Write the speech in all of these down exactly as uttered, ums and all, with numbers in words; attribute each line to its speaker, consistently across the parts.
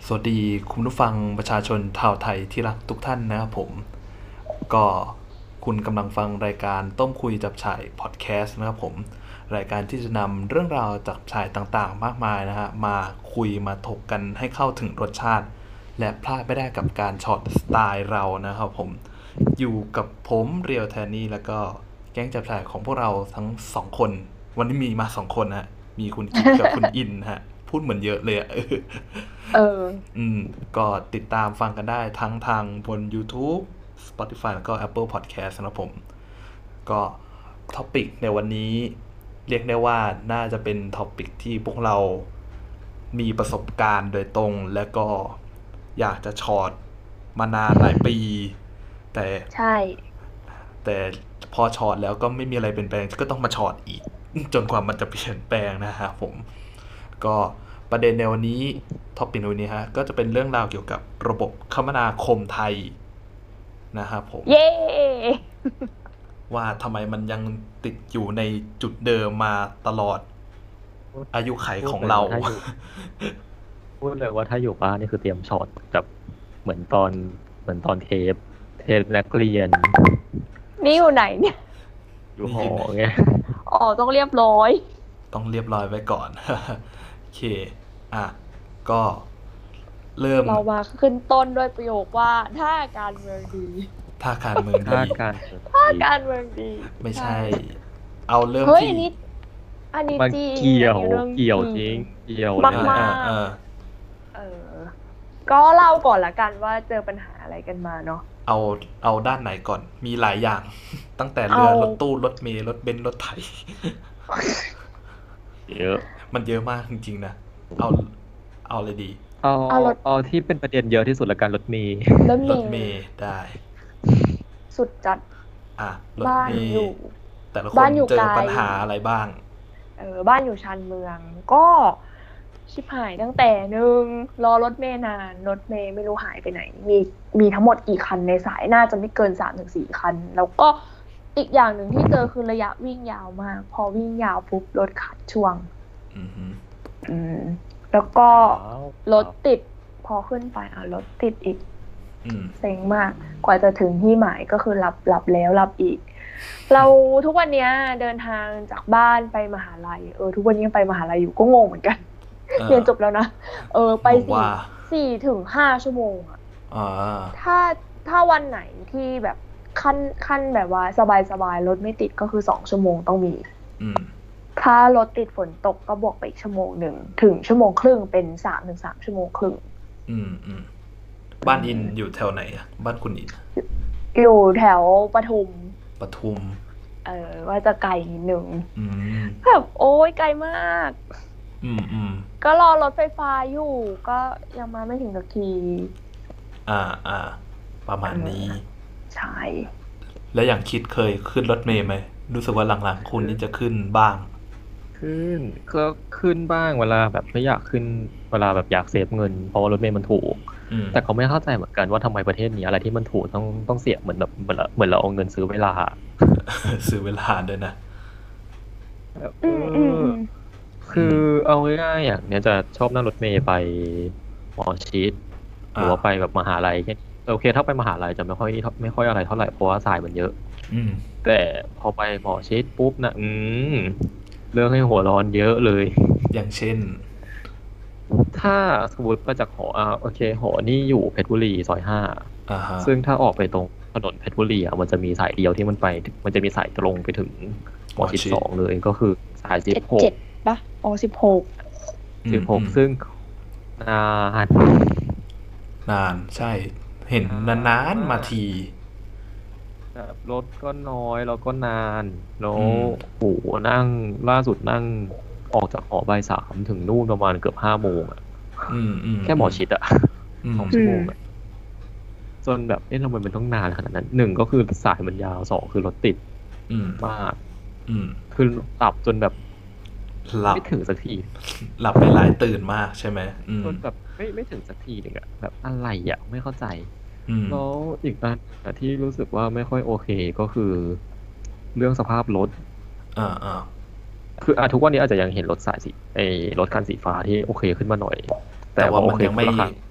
Speaker 1: สวัสดีคุณผู้ฟังประชาชนชาวไทยที่รักทุกท่านนะครับผมก็คุณกำลังฟังรายการต้มคุยจับฉ่ายพอดแคสต์นะครับผมรายการที่จะนำเรื่องราวจับฉ่ายต่างๆมากมายนะฮะมาคุยมาถกกันให้เข้าถึงรสชาติและพลาดไม่ได้กับการช็อตสไตล์เรานะครับผมอยู่กับผมเรียวแทนนี่แล้วก็แก๊งจับฉ่ายของพวกเราทั้งสองคนวันนี้มีมาสองคนฮะมีคุณกิ๊กกับคุณอินฮะพูดเหมือนเยอะเลยอะ
Speaker 2: เออ
Speaker 1: อืมก็ติดตามฟังกันได้ทั้งทางบน YouTube Spotify แล้วก็ Apple Podcast นะครับผมก็ท็อปิกในวันนี้เรียกได้ว่าน่าจะเป็นท็อปิกที่พวกเรามีประสบการณ์โดยตรงและก็อยากจะช็อตมานานหลายปีแต่
Speaker 2: ใช่
Speaker 1: แต่พอช็อตแล้วก็ไม่มีอะไรเปลี่ยนแปลงก็ต้องมาช็อตอีกจนกว่ามันจะเปลี่ยนแปลงนะฮะผม ก็ประเด็นในวันนี้ท็อปิกในวันนี้ฮะก็จะเป็นเรื่องราวเกี่ยวกับระบบคมนาคมไทยนะครับผม
Speaker 2: เย้
Speaker 1: ว่าทำไมมันยังติดอยู่ในจุดเดิมมาตลอด
Speaker 3: พูด
Speaker 1: อายุไข
Speaker 3: พูด
Speaker 1: ของเรา
Speaker 3: เลยว่าถ้าอยู่พูดเลยว่าถ้าอยู่บ้านนี่คือเตรียมช็อตแบบเหมือนตอนเหมือนตอนเทปเทปนักเรียน
Speaker 2: นี่อยู่ไหนเนี่ย
Speaker 3: อยู่หอ
Speaker 1: นี่อยู่ไหน
Speaker 3: ไง
Speaker 2: อ๋อต้องเรียบร้อย
Speaker 1: ต้องเรียบร้อยไว้ก่อน โอเคอ่ะก็เริ่ม
Speaker 2: เรามาขึ้นต้นด้วยประโยคว่าถ้าการเมืองดี
Speaker 1: ท่าการเมือง
Speaker 3: ถ้า
Speaker 1: ดี
Speaker 3: การเมือง
Speaker 2: ถ้า
Speaker 3: ดี
Speaker 2: การเมืองดี
Speaker 1: ไม่
Speaker 2: ใช่
Speaker 1: ใช่เอาเริ่ม
Speaker 2: เฮ้ย
Speaker 1: ที่
Speaker 2: อันนี้อันนี้
Speaker 3: มัน
Speaker 2: จริง
Speaker 3: เกี่ยว
Speaker 2: อันนี้เรื่อง
Speaker 3: เกี่ยว
Speaker 2: จริง
Speaker 3: จริงเกี่ยว
Speaker 2: มา
Speaker 3: เล
Speaker 1: อ่าย
Speaker 3: ย
Speaker 1: อ่า
Speaker 2: ก
Speaker 1: อ่า
Speaker 2: ๆเออก็เล่าก่อนละกันว่าเจอปัญหาอะไรกันมาเนาะ
Speaker 1: เอาเอาด้านไหนก่อนมีหลายอย่างตั้งแต่
Speaker 2: เอา
Speaker 1: เรือรถตู้รถเมล์รถเบนซ์รถไถ
Speaker 3: เยอะ
Speaker 1: มันเยอะมากจริงๆนะเอาเอาเลยดี
Speaker 3: เอา
Speaker 2: เอารถ
Speaker 3: เอาที่เป็นประเด็นเยอะที่สุดละกันรถเมล์
Speaker 2: รถเม
Speaker 1: รถเม
Speaker 2: ล์
Speaker 1: ล์ได้
Speaker 2: สุดจัด
Speaker 1: อ่ะรถ
Speaker 2: บ้า
Speaker 1: เม
Speaker 2: นอ
Speaker 1: ล์
Speaker 2: ยู่
Speaker 1: แต่ละคน
Speaker 2: บ้านอยู่
Speaker 1: เจ
Speaker 2: ไกล
Speaker 1: อปัญหาอะไรบ้าง
Speaker 2: เออบ้านอยู่ชานเมืองก็ชิบหายตั้งแต่หนึ่งรอรถเมล์นานรถเมล์ไม่รู้หายไปไหนมีมีทั้งหมดกี่คันในสายน่าจะไม่เกินสามถึงสี่คันแล้วก็อีกอย่างหนึ่งที่เจอคือระยะวิ่งยาวมากพอวิ่งยาวปุ๊บรถขาดช่วง
Speaker 1: อือฮึ
Speaker 2: อืมแล้วก็
Speaker 3: ว้าว
Speaker 2: รถติดพอขึ้นไปอ่ะรถติดอีก
Speaker 1: อืม
Speaker 2: เซ็งมากกว่าจะถึงที่หมายก็คือหลับหลับแล้วหลับอีก เราทุกวันเนี้ยเดินทางจากบ้านไปมหาลัยเออทุกวันนี้ยังไปมหาลัยอยู่ก็งงเหมือนกัน
Speaker 1: เอ
Speaker 2: เรีย
Speaker 1: อน
Speaker 2: จบแล้วนะเออไปสี่
Speaker 1: บอกว่า
Speaker 2: สี่ถึงห้าชั่วโมงอะ
Speaker 1: อ่า
Speaker 2: ถ้าถ้าวันไหนที่แบบขั้นขั้นแบบว่าสบายสบายรถไม่ติดก็คือสองชั่วโมงต้องมี
Speaker 1: อืม
Speaker 2: ถ้ารถติดฝนตกก็บวกไปอีกชั่วโมงหนึ่งถึงชั่วโมงครึ่งเป็นสามถึงสามชั่วโมงครึ่ง
Speaker 1: อืมอืม
Speaker 2: อื
Speaker 1: บ้านอินอยู่
Speaker 2: ม
Speaker 1: แถวไหนอะบ้านคุณอิน
Speaker 2: อยู่แถวปทุม
Speaker 1: ปทุม
Speaker 2: เออว่าจะไกลนิดนึง
Speaker 1: อืม
Speaker 2: แบบโอ้ยไกลมาก
Speaker 1: อืมอืม
Speaker 2: ก็รอรถไฟฟ้าอยู่ก็ยังมาไม่ถึงสักที
Speaker 1: อ่าอ่าประ
Speaker 2: เอ
Speaker 1: มาณนี้
Speaker 2: อใช่
Speaker 1: แล้วอย่างคิดเคยขึ้นรถเมล์ไหมรู้สึกว่าหลังๆคุณนี่จะขึ้นบ้าง
Speaker 3: ขึ้นก็ขึ้นบ้างเวลาแบบไม่อยากขึ้นเวลาแบบอยากเซฟเงินเพราะว่ารถเมล์มันถูก
Speaker 1: อืม
Speaker 3: แต่เขาไม่เข้าใจเหมือนกันว่าทำไมประเทศนี้อะไรที่มันถูกต้องต้องเสียเหมือนแบบเหมือนเราเหมือนเราเอาเงินซื้อเวลา
Speaker 1: ซื้อเวลาด้วยนะ
Speaker 3: แบบเอ
Speaker 2: อืมอืม
Speaker 3: อ
Speaker 2: อืม
Speaker 1: อื
Speaker 3: คือ
Speaker 1: ม
Speaker 3: เอาง่ายๆอย่างเนี้ยจะชอบนั่งรถเมล์ไปหมอชิตหรือ
Speaker 1: อ่า
Speaker 3: ว่าไปแบบมหาลัยแค่นี้โอเคถ้าไปมหาลัยจะไม่ค่อยไม่ค่อยอะไรเท่าไหร่เพราะว่าสายมันเยอะ
Speaker 1: อืม
Speaker 3: แต่พอไปหมอชิตปุ๊บนะอืมเรื่องให้หัวร้อนเยอะเลย
Speaker 1: อย่างเช่น
Speaker 3: ถ้าสมมติมาจากหออ่าโอเคหอนี่อยู่เพชรบุรีซอยห้า
Speaker 1: อ่าฮะ
Speaker 3: ซึ่งถ้าออกไปตรงถนนเพชรบุรีอ่ะมันจะมีสายเดียวที่มันไปมันจะมีสายตรงไปถึงห
Speaker 1: หมอชิด
Speaker 3: มอชิดสองเลยก็คือสายสิบหก
Speaker 2: เจ็ดเจ็ดปะอ๋อสิบหก
Speaker 1: อื
Speaker 3: สิบห
Speaker 1: มอืม
Speaker 3: กซึ่งนาน
Speaker 1: นานใช่เห็น
Speaker 3: นาน
Speaker 1: นานๆมา
Speaker 3: มาก
Speaker 1: ที
Speaker 3: แบบรถก็น้อยแล้วก็นานแล้ว
Speaker 1: อืม
Speaker 3: โหนั่งล่าสุดนั่งออกจากหอบ่ายสามถึงนู่นประมาณเกือบห้าโมงอ่ะ
Speaker 1: อืมอืม
Speaker 3: แค่หม
Speaker 1: อืม
Speaker 3: อชิดอ่ะ
Speaker 1: อื
Speaker 3: ส
Speaker 1: ม
Speaker 3: อง
Speaker 2: อืม
Speaker 3: ชั่วโมงอ่ะ จนแบบเอ๊ะทำไมมันต้องนานขนาดนั้นหนึ่งก็คือสายมันยาวสองคือรถติด
Speaker 1: อืม
Speaker 3: มาก
Speaker 1: อืม
Speaker 3: คือหลับจนแบบ
Speaker 1: หลับ
Speaker 3: ไม่ถึงสักที
Speaker 1: หลับไปหลายตื่นมากใช่ไหมอืม
Speaker 3: จนแบบไม่ไม่ถึงสักทีหนึ่งอะแบบอะไรอะไม่เข้าใจ
Speaker 1: อืม
Speaker 3: แล้วอีกอันอะที่รู้สึกว่าไม่ค่อยโอเคก็คือเรื่องสภาพรถ
Speaker 1: อ่าอ่า
Speaker 3: คืออ่ะทุกวันนี้อาจจะยังเห็นรถสายสีไอ้รถคันสีฟ้าที่โอเคขึ้นมาหน่อยแต่
Speaker 1: แต่ว่า
Speaker 3: ว่าโอเค
Speaker 1: มันยังไม่
Speaker 3: ขึ้นราคา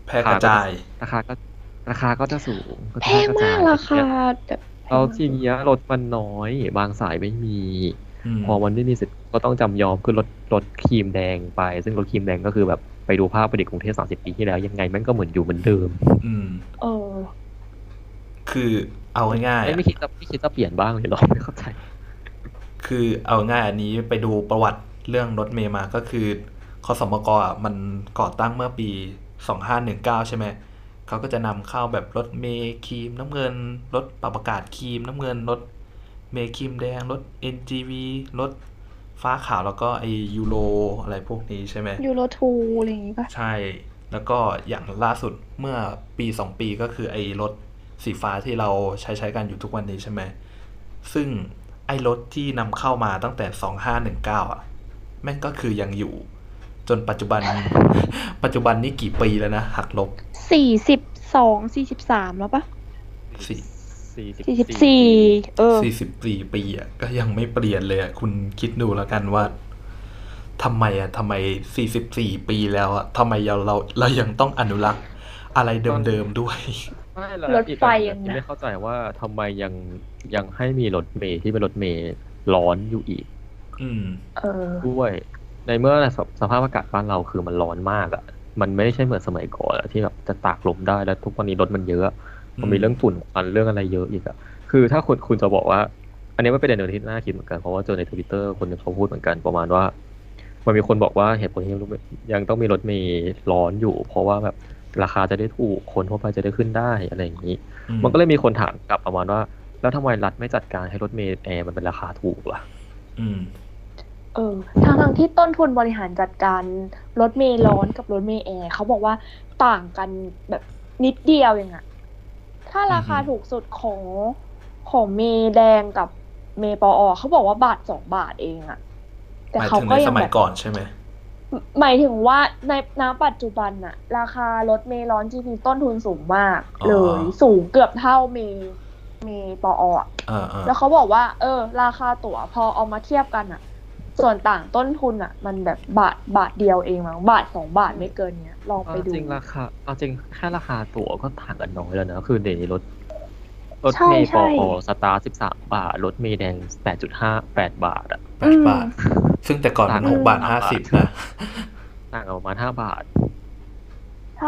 Speaker 1: แพร่กระจาย
Speaker 3: ราคาก็ราคาก็จะสูงก็
Speaker 2: แพ
Speaker 3: จะ
Speaker 2: ง
Speaker 3: กระ
Speaker 2: มา
Speaker 3: จาก ย
Speaker 2: ราคา
Speaker 3: เนี่ย
Speaker 2: แบบแพ
Speaker 3: แล้ว
Speaker 2: ง
Speaker 3: ทีเนี้ยรถมันน้อย บางสายไม่มี
Speaker 1: อืม
Speaker 3: พอมันไม่มีเสร็จก็ต้องจำยอมขึ้นรถรถครีมแดงไป ซึ่งรถครีมแดงก็คือแบบไปดูภาพประดิษฐ์กรุงเทพสามสิบปีที่แล้วยังไงแม่งก็เหมือนอยู่เหมือนเดิม
Speaker 1: อืม
Speaker 2: เออ
Speaker 1: คือเอาง่ายๆ
Speaker 3: ไม่
Speaker 1: อะ
Speaker 3: ไม่คิดจะไม่คิดจะเปลี่ยนบ้างเลยเหรอ ไม่เข้าใจ
Speaker 1: คือเอาง่ายอันนี้ไปดูประวัติเรื่องรถเมล์มาก็คือคสมกอ่ะมันก่อตั้งเมื่อปีสองห้าหนึ่งเก้าใช่ไหมเขาก็จะนำเข้าแบบรถเมล์ครีมน้ำเงินรถปรับอากาศครีมน้ำเงินรถเมล์ครีมแดงรถ เอ็น จี วี รถฟ้าขาวแล้วก็ไอยูโรอะไรพวกนี้ใช่ไหม
Speaker 2: ยูโรทูอะไรอย่างงี้ป่ะ
Speaker 1: ใช่ แล้วก็อย่างล่าสุดเมื่อปีสองปีก็คือไอ้รถสีฟ้าที่เราใช้ใช้กันอยู่ทุกวันนี้ใช่ไหม ซึ่งไอ้รถที่นำเข้ามาตั้งแต่สองห้าหนึ่งเก้าอ่ะ แม่งก็คือยังอยู่ จนปัจจุบัน ปัจจุบันนี้กี่ปีแล้วนะหักลบ
Speaker 2: สี่สิบสอง สี่สิบสามแล้วป่ะ
Speaker 1: สี่
Speaker 3: สี่สิบ
Speaker 2: สี่สิบ
Speaker 3: สี่
Speaker 2: สี่ เออ
Speaker 1: สี่สิบสี่ปีอ่ะก็ยังไม่เปลี่ยนเลยอ่ะคุณคิดดูแล้วกันว่าทำไมอ่ะทำไมสี่สิบสี่ปีแล้วอ่ะทำไมเราเราเรายังต้องอนุรักษ์อะไรเดิมๆด้วย
Speaker 3: ไม่แล้ว
Speaker 2: รถ
Speaker 3: อีก
Speaker 2: ไฟ
Speaker 3: อันหนึ่ง
Speaker 2: ยัง
Speaker 3: ที่
Speaker 2: นะ
Speaker 3: ไม่เข้าใจว่าทำไมยังยังให้มีรถเมล์ที่เป็นรถเมล์ร้อนอยู่อีก
Speaker 1: อืม
Speaker 2: เออ
Speaker 3: ด้วย ในเมื่อสภสภาพอากาศบ้านเราคือมันร้อนมากอ่ะ มันไม่ใช่เหมือนสมัยก่อนอะที่แบบจะตากลมได้แล้วทุกวันนี้รถมันเยอะ มันมีเรื่องฝุ่นควันเรื่องอะไรเยอะอีกอ่ะ คือถ้าคุณคุณจะบอกว่า อันนี้มันเป็นประเด็นที่น่าคิดเหมือนกันเพราะว่าเจอในทวิตเตอร์คนหนึงเขาพูดเหมือนกันประมาณว่า มันมีคนบอกว่าเหตุผลที่ยังยังต้องมีรถเมล์ร้อนอยู่ เพราะว่าแบบราคาจะได้ถูกคนทั่วไปจะได้ขึ้นได้อะไรอย่างนี้
Speaker 1: อืม
Speaker 3: มันก็เลยมีคนถามกลับประมาณว่า แล้วทำไมรัฐไม่จัดการให้รถเมล์แอร์มันเป็นราคาถูกล่ะ
Speaker 1: อืม
Speaker 2: เออทางทางที่ต้นทุนบริหารจัดการรถเมล์ร้อนกับรถเมล์แอร์เขาบอกว่าต่างกันแบบนิดเดียวเองอะถ้าราคา
Speaker 1: อือฮึ
Speaker 2: ถูกสุดของของเมล์แดงกับเมล์ปอเขาบอกว่าบาทสองบาทเองอะ
Speaker 1: ห
Speaker 2: แต่
Speaker 1: มาย
Speaker 2: เขา
Speaker 1: ถึง
Speaker 2: ก็
Speaker 1: ใน
Speaker 2: ยั
Speaker 1: ส
Speaker 2: ง
Speaker 1: มั
Speaker 2: แบ
Speaker 1: ย
Speaker 2: บ
Speaker 1: ก่อนใช่ไหม
Speaker 2: หมายถึงว่าในณปัจจุบันอะราคารถเมล์ร้อนจริงๆต้นทุนสูงมาก
Speaker 1: อ๋อ
Speaker 2: เลยสูงเกือบเท่าเมล์เมล์ปออะ
Speaker 1: อ่าอ่า
Speaker 2: แล้วเขาบอกว่า เออ ราคาตั๋วพอเอามาเทียบกันอะส่วนต่างต้นทุนอะมันแบบบาทบาทเดียวเองมั้งบาทสองบาทไม่เกินเนี้ยลองไป
Speaker 3: เอา
Speaker 2: ดู
Speaker 3: จริงราคาเอาจริงแค่ราคาตั๋วก็ต่างกันน้อยแล้วนะ คือเดี๋ยวนี้รถรถ
Speaker 2: ใช่
Speaker 3: เมล์ป
Speaker 2: ใช่
Speaker 3: อสตาร์สิบสามบาท รถเมล์แดงแปดจุดห้าแปดบาทอะ
Speaker 1: แปดบาท ซึ่งแต่ก่อนมัน
Speaker 3: ต่าง
Speaker 1: หกบาทห้าสิบนะ
Speaker 3: ต่างกันประมาณห้าบาท
Speaker 2: ใช่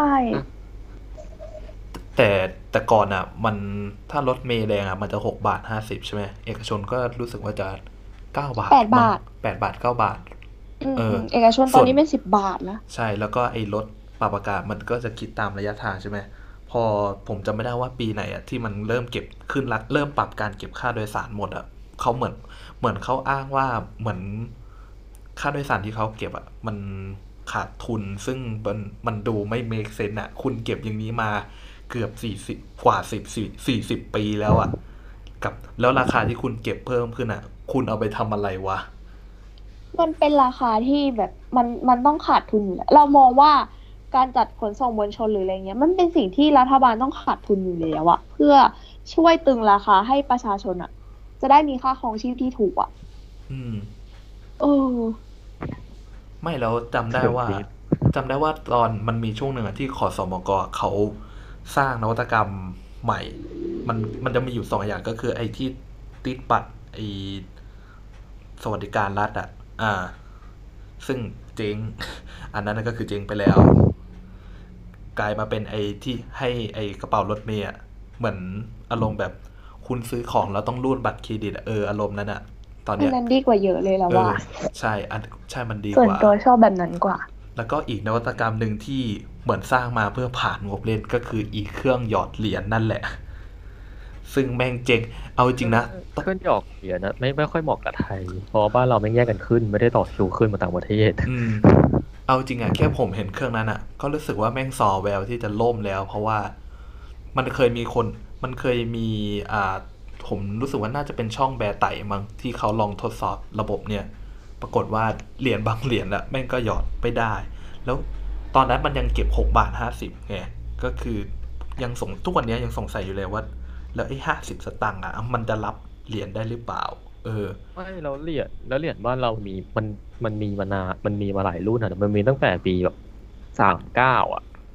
Speaker 1: แต่แต่ก่อนอ่ะ มันถ้ารถเมล์แดงอ่ะมันจะหกบาทห้าสิบใช่ไหมเอกชนก็รู้สึกว่าจะเก้าบาท
Speaker 2: แปดบาท
Speaker 1: แปดบาทเก้าบาท
Speaker 2: อืม
Speaker 1: เออ
Speaker 2: เอกชนตอนนี้เป็นสิบบาทแล้ว
Speaker 1: ใช่แล้วก็ไอ้รถปรับอากาศมันก็จะคิดตามระยะทางใช่ไหมพอผมจำไม่ได้ว่าปีไหนอ่ะที่มันเริ่มเก็บขึ้นรักเริ่มปรับการเก็บค่าโดยสารหมดอ่ะเขาเหมือนเหมือนเขาอ้างว่าเหมือนค่าโดยสารที่เขาเก็บอ่ะมันขาดทุนซึ่งมันมันดูไม่ make sense อ่ะคุณเก็บอย่างนี้มาเกือบสี่สิบกว่าสิบสี่สี่สิบปีแล้วอ่ะกับแล้วราคาที่คุณเก็บเพิ่มขึ้นอ่ะ คุณเอาไปทำอะไรวะ
Speaker 2: มันเป็นราคาที่แบบมันมันต้องขาดทุนอยู่แล้วเรามองว่าการจัดขนส่งมวลชนหรืออะไรเงี้ยมันเป็นสิ่งที่รัฐบาลต้องขาดทุนอยู่แล้วอะเพื่อช่วยตึงราคาให้ประชาชนอะจะได้มีค่าครองชีพที่ถูกอะ
Speaker 1: อืม
Speaker 2: เออ
Speaker 1: ไม่แล้วจำได้ว่า
Speaker 3: เกิด
Speaker 1: จำได้ว่าตอนมันมีช่วงหนึ่งอะที่ขสมกเขาสร้างนวัตกรรมใหม่ มันมันจะมีอยู่สองอย่างก็คือไอ้ที่ติดบัตรไอ้สวัสดิการรัฐอ่ะ อ่า ซึ่งเจ๊ง อันนั้นนะก็คือเจ๊งไปแล้ว กลายมาเป็นไอ้ที่ให้ไอ้กระเป๋ารถเมล์อะเหมือนอารมณ์แบบคุณซื้อของแล้วต้องรูดบัตรเครดิตอะเอออารมณ์นั้นอะตอน
Speaker 2: อั
Speaker 1: เนี้
Speaker 2: น
Speaker 1: ย
Speaker 2: นั้นดีกว่าเยอะเลยแล้ว
Speaker 1: เอ
Speaker 2: ว่า
Speaker 1: อใช่อันใช่มันดี
Speaker 2: ส่ว
Speaker 1: ก
Speaker 2: น
Speaker 1: ว่า
Speaker 2: ตัวชอบแบบนั้นกว่า
Speaker 1: แล้วก็อีกนวัตกรรมหนึ่งที่เหมือนสร้างมาเพื่อผ่านงบเล่นก็คืออีเครื่องหยอดเหรียญนั่นแหละ ซึ่งแม่งเจ๊งเอาจริงนะต้อง
Speaker 3: เครื่องหยอดเหรียญนะไม่ไม่ค่อยเหมาะกับไทย เพราะว่าบ้านเราไม่งแยกกันขึ้น ไม่ได้ต่อคิวขึ้นมาต่างประเทศ
Speaker 1: อืม เอาจริงอะแค่ผมเห็นเครื่องนั้นอะก็รู้สึกว่าแม่งซอแววที่จะล่มแล้ว เพราะว่ามันเคยมีคน มันเคยมีอ่า ผมรู้สึกว่าน่าจะเป็นช่องแบร์ไต่มั้งที่เขาลองทดสอบระบบเนี่ย ปรากฏว่าเหรียญบางเหรียญอะแม่งก็หยอดไม่ได้ แล้วตอนนั้นมันยังเก็บหกบาทห้าสิบไงก็คือยังสงทุกวันนี้ยังสงสัยอยู่เลยว่า แล้วไอ้ห้าสิบสตางค์อะมันจะรับเหรียญได้หรือเปล่า เออ
Speaker 3: ไม่แล้วเหรียญแล้วเหรียญบ้านเรามีมันมันมีมานานมันมีมาหลายรุ่นอ่ะมันมีตั้งแต่ปีแบบสามเก้าอ่ะ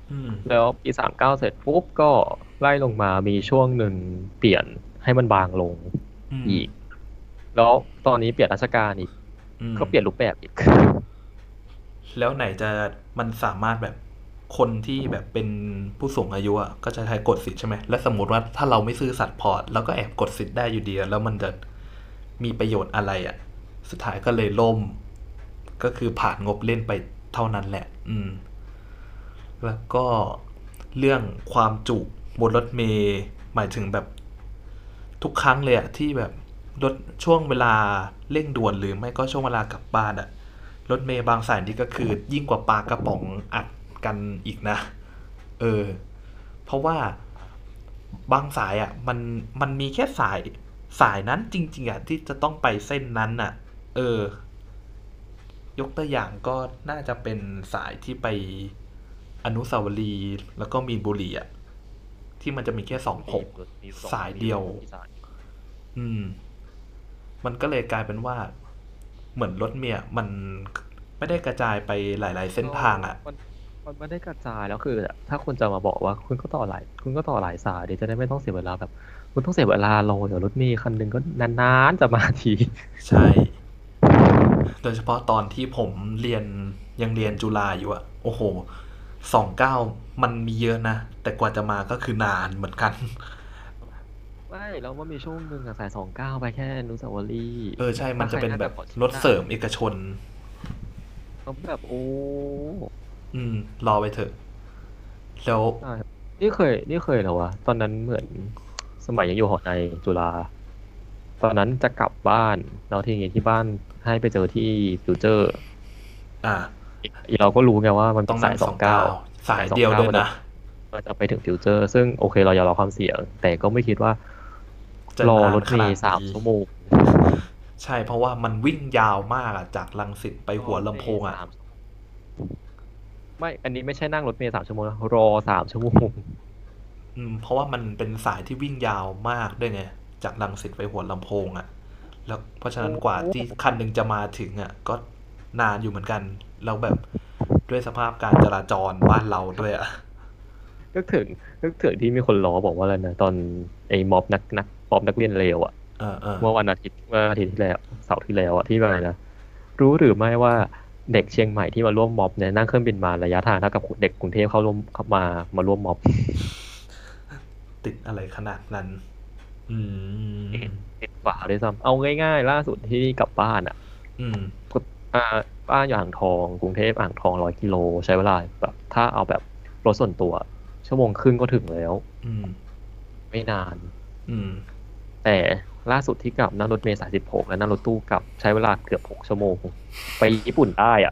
Speaker 1: อืม
Speaker 3: แล้วปีสามเก้าเสร็จปุ๊บก็ไล่ลงมามีช่วงหนึ่งเปลี่ยนให้มันบางลง
Speaker 1: อืม
Speaker 3: อีกแล้วตอนนี้เปลี่ยนราชการอีก
Speaker 1: อืม
Speaker 3: ก็เปลี่ยนรูปแบบอีก
Speaker 1: แล้วไหนจะมันสามารถแบบคนที่แบบเป็นผู้สูงอายุอ่ะก็จะใช้กดสิทธิ์ใช่ไหมแล้วสมมติว่าถ้าเราไม่ซื่อสัตย์พอเราก็แอบกดสิทธิ์ได้อยู่ดีอะแล้วมันจะมีประโยชน์อะไรอ่ะสุดท้ายก็เลยล่มก็คือผ่านงบเล่นไปเท่านั้นแหละอืมแล้วก็เรื่องความจุบนรถเมล์หมายถึงแบบทุกครั้งเลยอะที่แบบรถช่วงเวลาเร่งด่วนหรือไม่ก็ช่วงเวลากลับบ้านอะ รถเมย์บางสายนี่ก็คือยิ่งกว่าปลากระป๋องอัดกันอีกนะเออเพราะว่าบางสายอ่ะมันมันมีแค่สายสายนั้นจริงๆอ่ะที่จะต้องไปเส้นนั้นอ่ะเออยกตัวอย่างก็น่าจะเป็นสายที่ไปอนุสาวรีย์แล้วก็มีนบุรีอ่ะที่มันจะมีแค่สอง
Speaker 3: มี
Speaker 1: หก
Speaker 3: มีสอง
Speaker 1: สายเดียว
Speaker 3: มีรถอีสาน
Speaker 1: อืม มันก็เลยกลายเป็นว่าเหมือนรถเมียมันไม่ได้กระจายไปหลายๆเส้น
Speaker 3: ก็
Speaker 1: ทางอ่ะ
Speaker 3: มันมันไม่ได้กระจายแล้วคือถ้าคุณจะมาบอกว่าคุณก็ต่อหลายคุณก็ต่อหลายสายเดี๋ยวจะได้ไม่ต้องเสียเวลาแบบคุณต้องเสียเวลารอเดี๋ยวรถเมล์คันหนึ่งก็นานๆจะมาที
Speaker 1: ใช่ โดยเฉพาะตอนที่ผมเรียนยังเรียนจุฬาอยู่อะโอ้โหสองเก้ามันมีเยอะนะ แต่กว่าจะมาก็คือนานเหมือนกัน
Speaker 3: ไม่แล้วมันมีช่วงหนึ่งอะสายสองเก้าไปแค่อนุสาวรีย์
Speaker 1: เออใช่ มัน
Speaker 3: ถ้าใคร
Speaker 1: จะเป็นแบบ
Speaker 3: ได้แบบขอชิ
Speaker 1: รถเส
Speaker 3: ดอะ
Speaker 1: ริมเอกชน
Speaker 3: ก็แบบโอ้
Speaker 1: อืม รอไปเถอะ แล้ว
Speaker 3: ใช่นี่เคยนี่เคยเหรอวะตอนนั้นเหมือนสมัยยังอยู่หอในจุฬาตอนนั้นจะกลับบ้านแล้วทีนี้ที่บ้านให้ไปเจอที่ฟิวเจอร์
Speaker 1: อ่า
Speaker 3: อีเราก็รู้ไงว่ามันเป็นสา
Speaker 1: ต้องนั่ง
Speaker 3: ยสองเก้า
Speaker 1: สองเก้าสาย
Speaker 3: สายสอง
Speaker 1: เดียวด้วยนะ
Speaker 3: เก้ามันจะมันจะไปถึงฟิวเจอร์ซึ่งโอเคเรายอมรับความเสี่ยงแต่ก็ไม่คิดว่า
Speaker 1: จะ
Speaker 3: รอ
Speaker 1: นานข
Speaker 3: รถเมล์สาม
Speaker 1: นาดนี้
Speaker 3: ชั่วโมง
Speaker 1: ใช่ เพราะว่ามันวิ่งยาวมากอะจากรังสิตไป
Speaker 3: รอ
Speaker 1: หัว
Speaker 3: รถเมล์
Speaker 1: ลำโพงอะ
Speaker 3: สามชั่วโมงไม่อันนี้ไม่ใช่นั่งรถเมล์สามชั่วโมงนะรอสามชั่วโมง
Speaker 1: อืมเพราะว่ามันเป็นสายที่วิ่งยาวมากด้วยไงจากรังสิตไปหัวลำโพงอะ่ะแล้วเพราะฉะ
Speaker 2: โอ้
Speaker 1: นั้นกว่าที่คันหนึ่งจะมาถึงอะ่ะก็นานอยู่เหมือนกันแล้วแบบด้วยสภาพการจราจรบ้านเราด้วยอะ่ะ
Speaker 3: นึกถึงนึกถึงที่มีคนล้อบอกว่าอะไรนะตอนไอ้ม็อบนักนักม็อบนักเรียนเลวอะ
Speaker 1: เออเออ
Speaker 3: เมื่อวันอาทิตย์เมื่ออาทิตย์ที่แล้วเสาร์ที่แล้วอะที่ว่าอะไรนะรู้หรือไม่ว่าเด็กเชียงใหม่ที่มาร่วมม็อบเนี่ยนั่งเครื่องบินมาระยะทางเท่ากับเด็กกรุงเทพเข้าร่วมเข้ามามาร่วมม็อบ
Speaker 1: ติดอะไรขนาดนั้นอืม
Speaker 3: เอ็ดเอ็ดกว่าด้วยซ้ำเอาง่ายๆล่าสุดที่กลับบ้านอ่ะ
Speaker 1: อืม
Speaker 3: ก็อ่าบ้านอยู่อ่างทองกรุงเทพอ่างทองร้อยกิโลใช้เวลาแบบถ้าเอาแบบรถส่วนตัวชั่วโมงครึ่งก็ถึงแล้ว
Speaker 1: อืม
Speaker 3: ไม่นาน
Speaker 1: อืม
Speaker 3: แต่ล่าสุดที่กลับนั่งรถเมล์สายสิบหกและนั่งรถตู้กลับใช้เวลาเกือบหกชั่วโมงไปญี่ปุ่นได้อ่ะ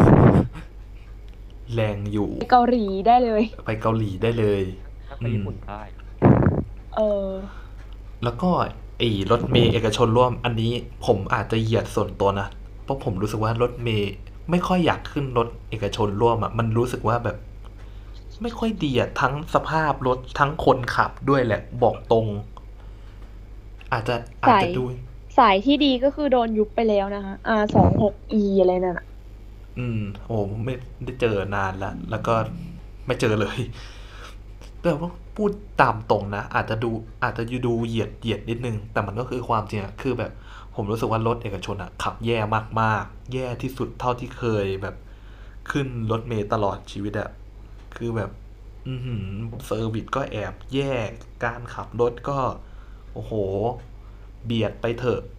Speaker 1: แรงอยู่
Speaker 2: ไปเกาหลีได้เลย
Speaker 1: ไปเกาหลีได้เลย
Speaker 3: นั่งไป
Speaker 1: อืม
Speaker 3: ญี่ปุ่นได้
Speaker 2: เออ
Speaker 1: แล้วก็ไอ้รถเมล์เอกชนร่วมอันนี้ผมอาจจะเหยียดส่วนตัวนะเพราะผมรู้สึกว่ารถเมล์ไม่ค่อยอยากขึ้นรถเอกชนร่วมอ่ะมันรู้สึกว่าแบบไม่ค่อยดีอ่ะทั้งสภาพรถทั้งคนขับด้วยแหละบอกตรงอาจจะอาจ
Speaker 2: สาย
Speaker 1: จะดู
Speaker 2: สายที่ดีก็คือโดนยุบไปแล้วนะคะ อาร์ สองสิบหก อี อะไรนั่นอ่ะ
Speaker 1: อืมโอ้ไม่ได้เจอนานละแล้วก็ไม่เจอเลยแต่ว่าพูดตามตรงนะอาจจะดูอาจจะดูเหยียดเหยียดนิดนึงแต่มันก็คือความจริงอะคือแบบผมรู้สึกว่ารถเอกชนอะขับแย่มากๆแย่ที่สุดเท่าที่เคยแบบขึ้นรถเมล์ตลอดชีวิตอะคือแบบอือหือเซอร์วิสก็แอบแย่การขับรถก็โอ้โหเบียดไปเถอะ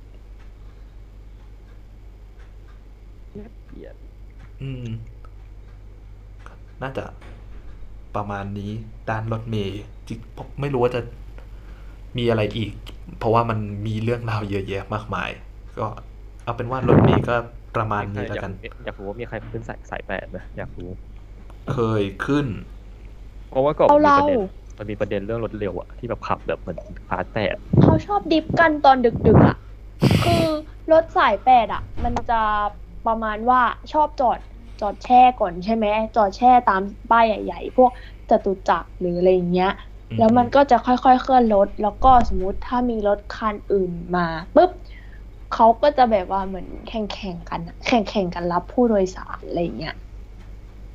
Speaker 3: เปลี่ยน
Speaker 1: อืมน่าจะประมาณนี้ด้านรถเมล์จิผมไม่รู้ว่าจะ มีอะไรอีก เพราะว่ามันมีเรื่องราวเยอะแยะมากมาย ก็เอาเป็นว่ารถเมล์ก็ประมาณ
Speaker 3: มีใครอยาก
Speaker 1: นี้แล้วกัน
Speaker 3: อยากรู้ว่ามีใครขึ้นสายสายแปดไหมอยากรู้
Speaker 1: เคยขึ้น
Speaker 3: เพราะว่าก่อน
Speaker 2: เอาเรา
Speaker 3: มันมีประเด็นมันมีประเด็นเรื่องรถเร็วอะที่แบบขับแบบเหมือนคลาสแตก
Speaker 2: เขาชอบดิฟกันตอนดึกๆอ่ะ คือรถสายแปดอ่ะ มันจะประมาณว่าชอบจอดจอดแช่ก่อนใช่ไหมจอดแช่ตามป้ายใหญ่ๆพวกจตุจักรหรืออะไรอย่างเงี้ย
Speaker 1: อื
Speaker 2: แล้วมัน
Speaker 1: ม
Speaker 2: ก็จะค่อยๆเคลื่อนรถ แล้วก็สมมุติถ้ามีรถคันอื่นมาปุ๊บเขาก็จะแบบว่าเหมือนแข่งๆกันอะแข่งๆกันรับผู้โดยสารอะไรอย่างเงี้ย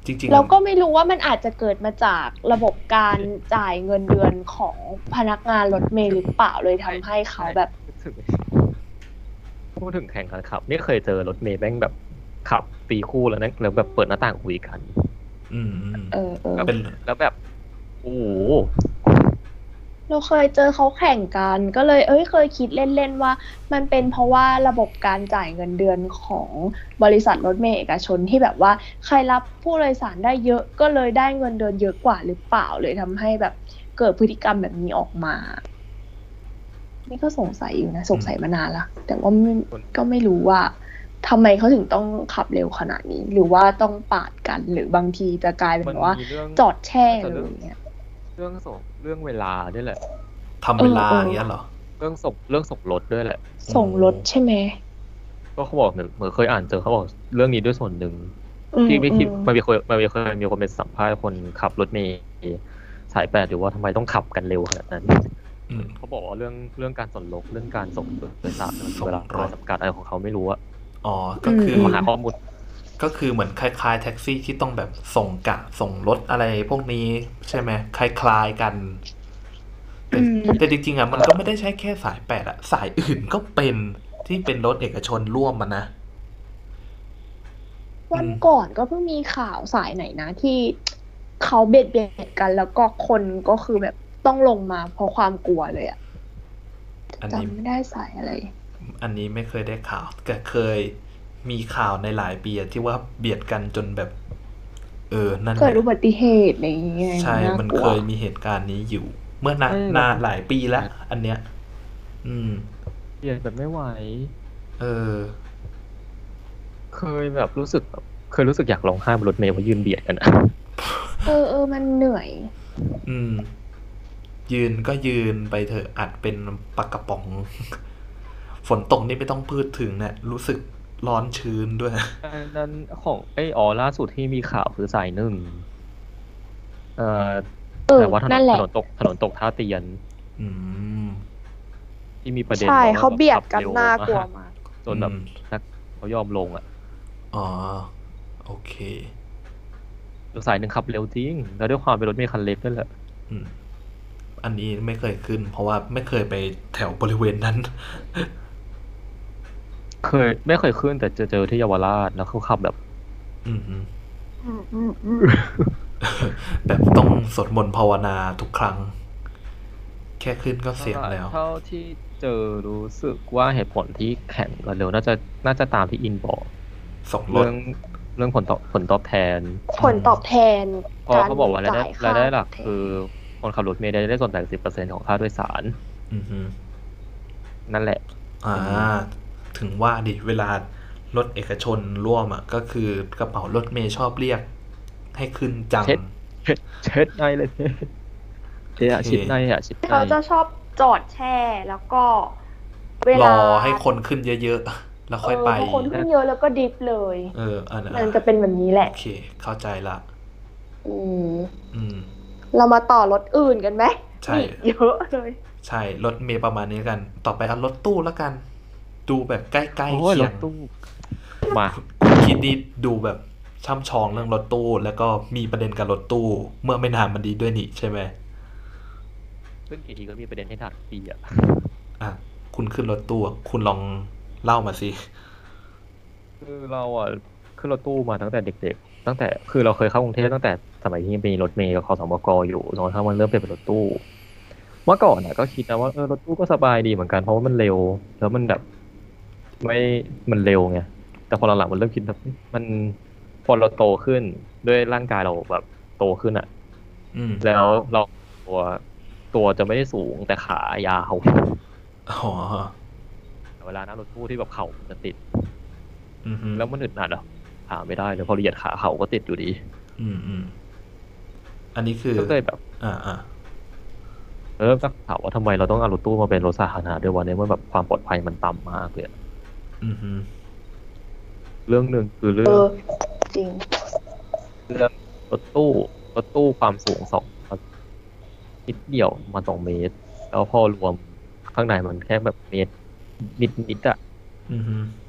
Speaker 1: จริงๆ
Speaker 2: เรา
Speaker 1: อะ
Speaker 2: ก็ไม่รู้ว่ามันอาจจะเกิดมาจากระบบการจ่ายเงินเดือนของพนักงานรถเมล์หรือเปล่าเลยทำให้เขาแบบ
Speaker 3: พูดถึงพูดถึงแข่งกันขับนี่เคยเจอรถเมล์แม่งแบบขับตีคู่แล้วนั่งแล้วแบบเปิดหน้าต่างคุยกัน
Speaker 1: อืมอืม
Speaker 2: เออเออ
Speaker 1: เป็น
Speaker 3: แล้วแบบโอ้โห
Speaker 2: เราเคยเจอเขาแข่งกันก็เลยเอ้ยเคยคิดเล่นๆว่ามันเป็นเพราะว่าระบบการจ่ายเงินเดือนของบริษัทรถเมล์เอกชนที่แบบว่าใครรับผู้โดยสารได้เยอะก็เลยได้เงินเดือนเยอะกว่าหรือเปล่าเลยทำให้แบบเกิดพฤติกรรมแบบนี้ออกมา นี่ก็สงสัยอยู่นะสงสัยมานานละแต่ว่าไม่ก็ไม่รู้ว่าทำไมเขาถึงต้องขับเร็วขนาดนี้ หรือว่าต้องปาดกันหรือบางทีจะกลายเป็น
Speaker 3: มัน
Speaker 2: ว่า
Speaker 3: มีเรื่อง
Speaker 2: จอดแช่
Speaker 3: แต่
Speaker 2: เล
Speaker 3: เรื่
Speaker 2: ย
Speaker 3: อง
Speaker 2: เนี่ย
Speaker 3: เรื่องส่งเรื่องเวลาด้วยแหละ
Speaker 1: ทำเวลา
Speaker 2: เออ
Speaker 1: อ
Speaker 2: เออ
Speaker 1: ย่างเงี้ยเหรอ
Speaker 3: เรื่องส่งเรื่องส่งรถด้วยแหละ
Speaker 2: ส่งรถใช่ไหม
Speaker 3: ก็เขาบอกเหมือนเหมือนเคยอ่านเจอเขาบอกเรื่องนี้ด้วยส่วนหนึ่ง
Speaker 2: อืม
Speaker 3: ที่ไม่คิด
Speaker 2: อืม
Speaker 3: มันมีคนมันมีเคยมีคนเป็นสัมภาษณ์คนขับรถเมล์สายแปดอยู่ว่าทำไมต้องขับกันเร็วขนาดนั้น
Speaker 1: อืม
Speaker 3: เขาบอกว่าเรื่องเรื่องการส่งรถเรื่องการส่งโดยสารมัน
Speaker 1: ส่ง
Speaker 3: เวลาร
Speaker 1: ถ
Speaker 3: จำกัดอะไรของเขาไม่รู้อะ
Speaker 1: อ๋อ ก็คือ
Speaker 2: ม
Speaker 3: มาหาข้อมูล
Speaker 1: ก็คือเหมือนคล้ายๆแท็กซี่ที่ต้องแบบส่งกะส่งรถอะไรพวกนี้ใช่ไหมคล้ายๆกัน แต่
Speaker 2: อืม
Speaker 1: แต่จริงๆอ่ะมันก็ไม่ได้ใช่แค่สายแปดอ่ะ สายอื่นก็เป็นที่เป็นรถเอกชนร่วมมันนะ
Speaker 2: วันก่อนก็เพิ่งมีข่าวสายไหนนะที่เขาเบียดเบียดกัน แล้วก็คนก็คือแบบต้องลงมาเพราะความกลัวเลยอะ
Speaker 1: อันนี้
Speaker 2: จำไม่ได้สายอะไร
Speaker 1: อันนี้ไม่เคยได้ข่าวแต่เคยมีข่าวในหลายปีอะที่ว่าเบียดกันจนแบบ เออ นั่นแห
Speaker 2: เกิด
Speaker 1: ละ
Speaker 2: อุบัติเหตุอะไรอย่างเงี้ย
Speaker 1: ใช่
Speaker 2: น่า
Speaker 1: มัน
Speaker 2: กลั
Speaker 1: เคว ยมีเหตุการณ์นี้อยู่ เมื่อนาน
Speaker 3: เอ้ย
Speaker 1: นานหลายปีแล้ว อันเนี้ย อืม
Speaker 3: เปลี่ยนแบบไม่ไหว
Speaker 1: เออ
Speaker 3: เคยแบบรู้สึกแบบเคยรู้สึกอยากร้องไห้บนรถเมล์เพราะยืนเบียดกันอะ
Speaker 2: เออเออมันเหนื่อย
Speaker 1: อืม ยืนก็ยืนไปเถอะอัดเป็นปากกระป๋อง ฝนตกนี่ไม่ต้องพูดถึงเนี่ยรู้สึกร้อนชื้นด้วย
Speaker 3: อันนั้นของไอ้อ๋อล่าสุดที่มีข่าวคือสายหนึ่งเอ่อ
Speaker 2: เออ
Speaker 3: แต่ว่าถน
Speaker 2: นั่
Speaker 3: น
Speaker 2: นแห
Speaker 3: ถ
Speaker 2: ละ
Speaker 3: นนตกถนนตกท่าเตียน
Speaker 1: อืม
Speaker 3: ที่มีประเด็น
Speaker 2: ใช่
Speaker 3: บอกว่า
Speaker 2: เขาเบียด
Speaker 3: แบบ
Speaker 2: กัน
Speaker 3: ขับ
Speaker 2: น่า
Speaker 3: เร็
Speaker 2: กลัว
Speaker 3: มาก
Speaker 2: มาก
Speaker 3: จนแบบ
Speaker 1: อืม
Speaker 3: นักเขายอมลงอ่ะ
Speaker 1: อ๋อ โอเค
Speaker 3: สายหนึ่งขับเร็วจริง แล้วด้วยความเป็นรถเมล์คันเล็กนั่นแหละ
Speaker 1: อืม อันนี้ไม่เคยขึ้น เพราะว่าไม่เคยไปแถวบริเวณนั้น
Speaker 3: เคยไม่เคยขึ้นแต่เจอเจอที่เยาวราชแล้วเขาขับแบบ
Speaker 1: อืมอืม แบบต้องสวดมนต์ภาวนาทุกครั้ง แค่ขึ้นก็เสียงแล้ว
Speaker 3: เท่าที่เจอรู้สึกว่าเหตุผลที่แข่งกันเร็วน่าจะน่าจะตามที่อินบอก
Speaker 1: ส่งรถ
Speaker 3: เรื่องเรื่องผลตอบผลตอบแทน
Speaker 2: ผลตอบแทน
Speaker 3: เพราะเขาบอกว่ารายได้
Speaker 2: จ่ค่
Speaker 3: รายได้หลัก
Speaker 2: ตบแทน
Speaker 3: คือคนขับรถเมล์ได้ได้ส่วนแบ่งสิบเปอร์เซ็นต์ของค่าโดยสาร
Speaker 1: อือฮึ
Speaker 3: นั่นแหละ
Speaker 1: อ่า ถึงว่าดิ เวลารถเอกชนร่วมอ่ะ ก็คือกระเป๋ารถเมย์ชอบเรียก ให้ขึ้นจัง
Speaker 3: เช็ด เช็ดเช็ดในเลยเทอะชิดในอะชิดใน
Speaker 2: เขาจะชอบจอดแช่แล้วก็เว
Speaker 1: ร
Speaker 2: ลา
Speaker 1: อให้คนขึ้นเยอะๆ แล้วค่อยไป
Speaker 2: เออพอคนขึ้นเยอะแล้วก็ดิฟเลย
Speaker 1: เออ อันนั้น
Speaker 2: มันจะเป็นแบบนี้แหละ
Speaker 1: โอเค เข้าใจละ
Speaker 2: อืม
Speaker 1: อืม
Speaker 2: เรามาต่อรถอื่นกันไหม
Speaker 1: ใช่
Speaker 2: มีเยอะเลย
Speaker 1: ใช่ รถเมย์ประมาณนี้กัน ต่อไปเอารถตู้แล้วกัน ดูแบบใกล้ๆ
Speaker 3: โอ้ย
Speaker 1: เคี
Speaker 3: ร
Speaker 1: ย
Speaker 3: ถ
Speaker 1: ง
Speaker 3: ตู้ มา
Speaker 1: คุณคิดนี่ดูแบบช่ำชองเรื่องรถตู้ แล้วก็มีประเด็นกับรถตู้ เมื่อไม่นานมันดีด้วยนี่ใช่ไหม
Speaker 3: ขึ้นกี่ทีก็มีประเด็นให้ถักปีอะ
Speaker 1: อ่ะ คุณขึ้นรถตู้อะคุณลองเล่ามาสิ
Speaker 3: คือเราอ่ะขึ้นรถตู้มาตั้งแต่เด็กๆ ตั้งแต่คือเราเคยเข้ากรุงเทพตั้งแต่สมัยที่ยังมีรถเมล์กับขสมกอยู่จนกระทั่งมันเริ่มเปลี่ยนเป็นรถตู้ เมื่อก่อนอ่ะก็คิดนะว่าเออรถตู้ก็สบายดีเหมือนกันเพราะว่ามันเร็ว แล้วมันแบบไม่มันเร็วไงแต่พอหลังๆมันเริ่มคิดแบบมันพอเราโตขึ้นด้วยร่างกายเราแบบโตขึ้นอ่ะ
Speaker 1: อืม
Speaker 3: แล้วเราตัวตัวจะไม่ได้สูงแต่ขายาว
Speaker 1: อ๋อ
Speaker 3: เวลานั่งรถตู้ที่แบบเข่ามันจะติด
Speaker 1: อืมฮึ
Speaker 3: แล้วมันอึดอัดอ่ะขาไม่ได้เลยพอเหยียดขาเข่าก็ติดอยู่ดี
Speaker 1: อืมอืมอันนี้คือ
Speaker 3: ก็เลยแบบ
Speaker 1: อ่าอ่า
Speaker 3: เออก็ถามว่าทำไมเราต้องเอารถตู้มาเป็นรถสาธารณะด้วยวันนี้มันแบบความปลอดภัยมันต่ำมากเลยอะ
Speaker 1: อืมฮึ
Speaker 3: เรื่องหนึ่งคือเรื่
Speaker 2: เอ
Speaker 3: อง
Speaker 2: อ จริง
Speaker 3: เรื่องรถตู้รถตู้ความสูงสองนิดเดียวมาสองเมตร แล้วพอรวมข้างในมันแค่แบบเมตรนิดนิดๆอะ
Speaker 1: อืมฮึ
Speaker 3: โค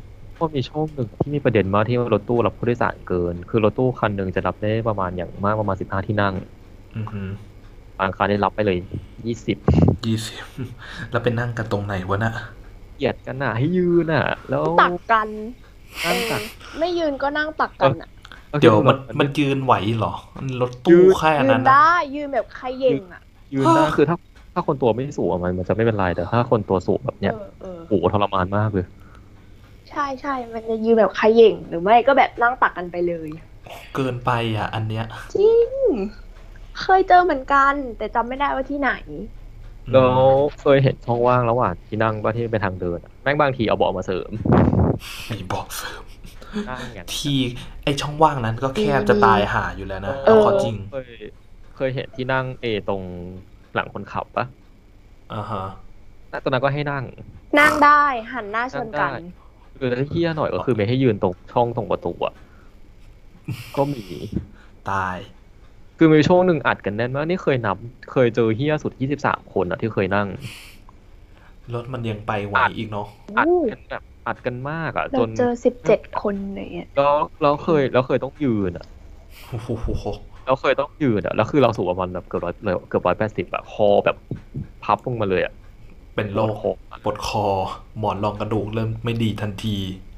Speaker 3: มันมีช่วงหนึ่งที่มีประเด็นมากที่รถตู้รับผู้โดยสารเกิน คือรถตู้คันหนึ่งจะรับได้ประมาณอย่างมากประมาณสิบห้าที่นั่ง
Speaker 1: อือหือบ
Speaker 3: างคันได้รับไปเลยยี่สิบ
Speaker 1: ยี่สิบ แล้วไปนั่งกันตรงไหนวะน่ะ
Speaker 3: เกลียดกันอ่ะให้ยืนอ่ะ แล้ว
Speaker 2: ตักกันเอ
Speaker 3: นั่ง
Speaker 2: อ
Speaker 3: ตัก
Speaker 2: ไม่ยืนก็นั่งตักกันอ่ะ
Speaker 3: ก็
Speaker 1: เดี๋ยว
Speaker 3: คือ
Speaker 1: มัน
Speaker 3: มัน
Speaker 1: มันยืนไหวเหรอมันรถ
Speaker 3: ยื
Speaker 1: ตู้
Speaker 3: น
Speaker 1: แค่
Speaker 2: ยื
Speaker 1: นั้น นนะ
Speaker 2: ได้ยืนแบบใครเย่งอ่ะ
Speaker 3: ยืนได้คือถ้าถ้าคนตัวไม่สูงอะมันมันจะไม่เป็นไรแต่ถ้าคนตัวสูงแบบเนี้ย
Speaker 2: เออเออ
Speaker 3: โอ้โหทรมานมากเลย
Speaker 2: ใช่ใช่มันจะยืนแบบใครเย่งหรือไม่ก็แบบนั่งตักกันไปเลย
Speaker 1: เกินไปอ่ะ อันเนี้ย
Speaker 2: จริง เคยเจอเหมือนกัน แต่จำไม่ได้ว่าที่ไหน
Speaker 3: แล้วเคยเห็นช่องว่างระหว่างที่นั่งป่ะที่เป็นทางเดินอะแม่งบางทีเอาเบาะมาเสริม
Speaker 1: มีบอกเสริม
Speaker 3: นั่งอย่าง
Speaker 1: ที่ไอช่องว่างนั้นก็แคบจะตายห่าอยู่แล้วนะ
Speaker 2: เออ
Speaker 1: เอาเข้อจริง
Speaker 3: เคยเคยเห็นที่นั่งเอตรงหลังคนขับปะ
Speaker 1: อ่าฮะ
Speaker 3: ตอนนั้นก็ให้นั่ง
Speaker 2: นั่งได้หันหน้าชนกัน
Speaker 3: นั่งได้ คือถ้าเฮี้ยหน่อยก็คือไม่ให้ยืนตรงช่องตรงประตูอะก็มี
Speaker 1: ตาย
Speaker 3: คือมีช่วงหนึ่งอัดกันแน่นมากนี่เคยนับ เคยเจอเฮี้ยสุดยี่สิบสามคนอะที่เคยนั่ง
Speaker 1: รถมันยังไปไหวอีกเนาะ
Speaker 3: อัดกันแบบอัดกันมากอะ
Speaker 2: เรา
Speaker 3: จน
Speaker 2: เจอสิบเจ็ดคนเนี่ย
Speaker 3: แล้วแล้วเคยแล้วเคยต้องยืนอะ
Speaker 1: โอ้โห
Speaker 3: แล้วเคยต้องยืนอะแล้วคือเราสูงประมาณแบบเกือบร้อยเกือบร้อยแปดสิบอะคอแบบพับลงมาเลยอะ
Speaker 1: เป็นโรคปวดคอ หมอนรองกระดูกเริ่มไม่ดีทันที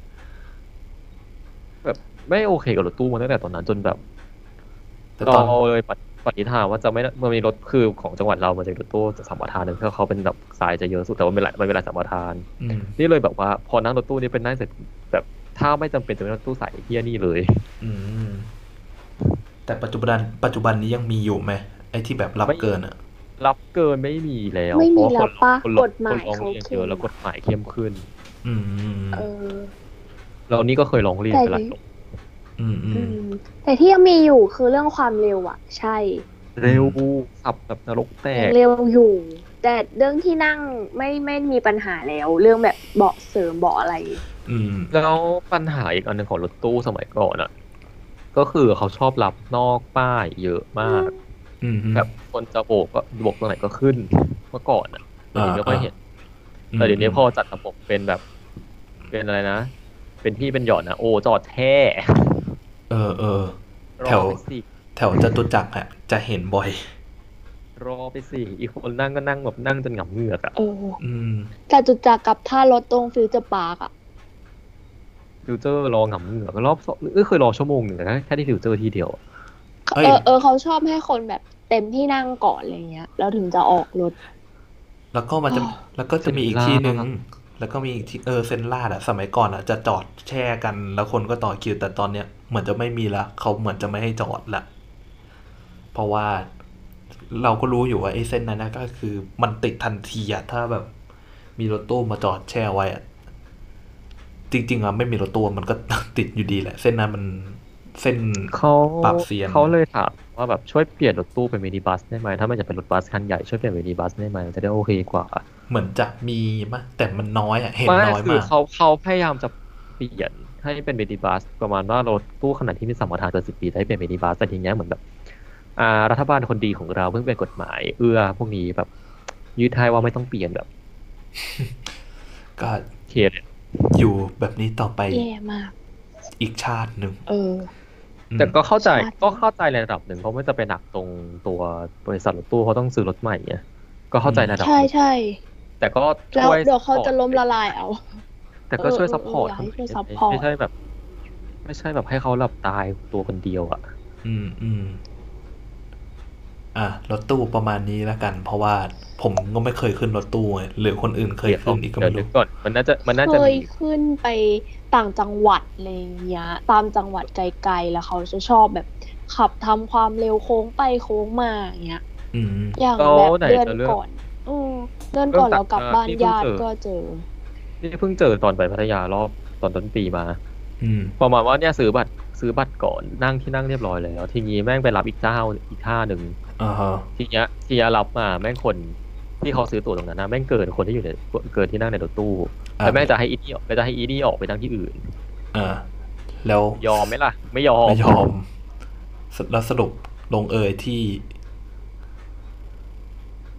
Speaker 3: แบบไม่โอเคกับรถตู้มาตั้งแต่ตอนนั้นจนแบบ
Speaker 1: แต่ตอน
Speaker 3: เราเลยปฏิปฏิฐานว่าจะไม่มันมีรถคือของจังหวัดเรามันจะมีรถตู้สัมปทานหนึ่งเพราะเขาเป็นแบบสายจะเยอะสุดแต่ว่าไม่เป็นไรไม่เป็นไรสัมปทาน
Speaker 1: อืม
Speaker 3: นี่เลยแบบว่าพอนั่งรถตู้นี่เป็นนั่งเสร็จแบบถ้าไม่จำเป็นจะไม่นั่งรถตู้สายเฮี้ยนี่เลย
Speaker 1: อืม แต่ปัจจุบันปัจจุบันนี้ยังมีอยู่ไหมไอ้ที่แบบรับเกินอ่ะ
Speaker 3: รับเกินไม่มีแล้ว
Speaker 2: ไม่มี
Speaker 3: เพราะ
Speaker 2: แล้วปะ
Speaker 3: คน
Speaker 2: กฎหมาย
Speaker 3: คนร้อง
Speaker 2: เขา
Speaker 3: เรียน
Speaker 2: เข้
Speaker 3: เย
Speaker 2: ม
Speaker 3: อะแล้วกฎหมายเข้มขึ้น
Speaker 1: อืม
Speaker 2: เออ
Speaker 3: เรานี่ก็เคยร้องเรียน
Speaker 2: แต่
Speaker 3: ไปหลายรอบ
Speaker 1: อืมอื
Speaker 2: อื
Speaker 1: ม
Speaker 2: มแต่ที่ยังมีอยู่คือเรื่องความเร็วอ่ะ ใช่
Speaker 3: เร็วขับแบบนรกแตก
Speaker 2: เร็วอยู่ แต่เรื่องที่นั่งไม่ไม่มีปัญหาแล้ว เรื่องแบบเบาะเสริมเบาะอะไร
Speaker 1: อืม
Speaker 3: แล้วปัญหาอีกอันหนึ่งของรถตู้สมัยก่อนอ่ะ ก็คือเขาชอบรับนอกป้ายเยอะมาก
Speaker 1: อืม
Speaker 3: แบบคนจะโบกก็โบกตรงไหนก็ขึ้นเมื่อก่อนอ่ะเดี๋ยวนี้ไม่ค่อยเห็น แต่เดี๋ยวนี้พอจัดระบบเป็นแบบ เป็นอะไรนะ เป็นที่เป็นหย่อนนะโอ้จอดแท้
Speaker 1: เออเออ
Speaker 3: ร
Speaker 1: แถ
Speaker 3: อ
Speaker 1: ว
Speaker 3: ไปสิ
Speaker 1: แถวจตุจักรอ่ะ จะเห็นบ่อย
Speaker 3: รอไปสิอีกคนนั่งก็นั่งแบบนั่งจนหงำเหงือกอ่ะ
Speaker 2: เออ
Speaker 1: อืม
Speaker 2: แต่จุดจากกับท่ารถตรงฟิวเจอร์ปาร์กอ่ะ
Speaker 3: ฟิวเจอร์รอหงำเหงือกรอบสองเออเคยรอชั่วโมงหนึ่งนะแค่ที่ฟิวเจอร์ทีเดียว
Speaker 1: เอ้ย
Speaker 2: เออเออเขาชอบให้คนแบบเต็มที่นั่งก่อนอะไรเงี้ย แล้วถึงจะออกรถ
Speaker 1: แล้วก็มันจะ
Speaker 2: อ๋อ
Speaker 1: แล้วก็จะมีอีกที่หนึ่ง
Speaker 3: เซ็นลาด
Speaker 1: แล้วก็มีอีกที่เออเซนลาดอะสมัยก่อนอะจะจอดแช่กัน แล้วคนก็ต่อคิว แต่ตอนเนี้ยเหมือนจะไม่มีละเขาเหมือนจะไม่ให้จอดละ เพราะว่าเราก็รู้อยู่ว่าไอ้เส้นนั้นนะก็คือมันติดทันทีอะถ้าแบบ มีรถตู้มาจอดแช่ไว้อะจริง ๆอะไม่มีรถตู้มันก็ ติดอยู่ดีแหละ เส้นนั้นมันเส้น
Speaker 3: เขา
Speaker 1: ปรับเสียง
Speaker 3: เขาเลยถามว่าแบบช่วยเปลี่ยนรถตู้เป็นมินิบัสได้ไหมถ้ามันจะเป็นรถบัสคันใหญ่ช่วยเปลี่ยนเป็นมินิบัสได้ไหมมันจะได้โอเคกว่า
Speaker 1: เหมือนจะมีมะแต่มันน้อยอะเห็น
Speaker 3: ไม่
Speaker 1: น้อย
Speaker 3: คื
Speaker 1: มา
Speaker 3: อก เขาเขาพยายามจะเปลี่ยนให้เป็นมินิบัสประมาณว่ารถตู้ขนาดที่มีสัมปทานเกินสิบปีได้เป็นมินิบัสแต่ทีเนี้ยเหมือนแบบอ่ารัฐบาลคนดีของเราเพิ่งเป็นกฎหมาย เอื้อพวกนี้แบบยืดให้ว่าไม่ต้องเปลี่ยนแบบ
Speaker 1: ก็
Speaker 3: เคเลย
Speaker 1: อยู่แบบนี้ต่อไป
Speaker 2: แย่มาก
Speaker 1: อีกชาติหนึ่ง
Speaker 2: เออ
Speaker 1: อืม
Speaker 3: แต่ก็เข้าใจ
Speaker 2: ชาติ
Speaker 3: ก็เข้าใจในระดับหนึ่งเพราะไม่จะไปหนักตรงตัวบริษัทรถตู้เขาต้องซื้อรถใหม่ไงก็เข้าใจในระดับห
Speaker 2: ใช่
Speaker 3: นึ่ง
Speaker 2: ใช่
Speaker 3: แต่ก็
Speaker 2: แล้ว
Speaker 3: ช่วย
Speaker 2: เดี๋ยวเขา
Speaker 3: support
Speaker 2: จะล้มละลายเอา
Speaker 3: แต่ก็ช่วย
Speaker 2: เออ
Speaker 3: ซัพพอร์ต
Speaker 2: เอออยากให้ช่วย
Speaker 3: ไม่
Speaker 2: support
Speaker 3: ไม่ใช่แบบ ไม่ใช่แบบให้เขาหลับตายตัวคนเดียวอ่ะ
Speaker 1: อืมอืมอ่ะรถตู้ประมาณนี้แล้วกัน เพราะว่าผมก็ไม่เคยขึ้นรถตู้ไงหรือคนอื่นเคยขึ้นอีกก็
Speaker 3: เดี๋ย
Speaker 1: ไม่
Speaker 3: วนึ
Speaker 1: รู้
Speaker 3: กก่อนมันน่าจะมันน่า
Speaker 2: เค
Speaker 3: จะ
Speaker 2: ย
Speaker 3: มี
Speaker 2: ขึ้นไปต่างจังหวัดอะไรอย่างเงี้ย ตามจังหวัดไกลๆแล้วเขาจะชอบแบบขับทำความเร็วโค้งไปโค้งมาอย่างเงี้ย
Speaker 1: อืม
Speaker 2: อย่าง
Speaker 3: แล้ว
Speaker 2: แบบ
Speaker 3: ไหน
Speaker 2: เดือน
Speaker 3: จะเรื่อง
Speaker 2: ก่อนอืมเดือนก่อน
Speaker 3: เรื่อง
Speaker 2: เรากลับบ้าน
Speaker 3: นี่เพิ่ง
Speaker 2: ญาติ
Speaker 3: เจอ
Speaker 2: ก็เจอ
Speaker 3: นี่เพิ่งเจอตอนไปพัทยารอบตอนต้นปีมา
Speaker 1: อืม
Speaker 3: ประมาณว่าเนี่ยซื้อบัตรซื้อบัตรก่อนนั่งที่นั่งเรียบร้อยแล้วทีนี้แม่งไปรับอีกเจ้าอีกท่าหนึ่ง
Speaker 1: อ่าฮะ
Speaker 3: ทีเนี้ยทีเนี้ยรับมาแม่งคนที่เขาซื้อตั๋วตรงนั้นนะแม่งเกินคนที่อยู่ในเกินที่นั่งในรถตู้
Speaker 1: อ่า
Speaker 3: แล้วแม่งจะให้อีนี่ออกแล้วจะให้อีนี่ออกไปนั่งที่อื่น
Speaker 1: อ่า แล้ว
Speaker 3: ยอมไหมล่ะ ไม่ยอม
Speaker 1: ไม่ยอมสแล้วสรุปลงเอยที่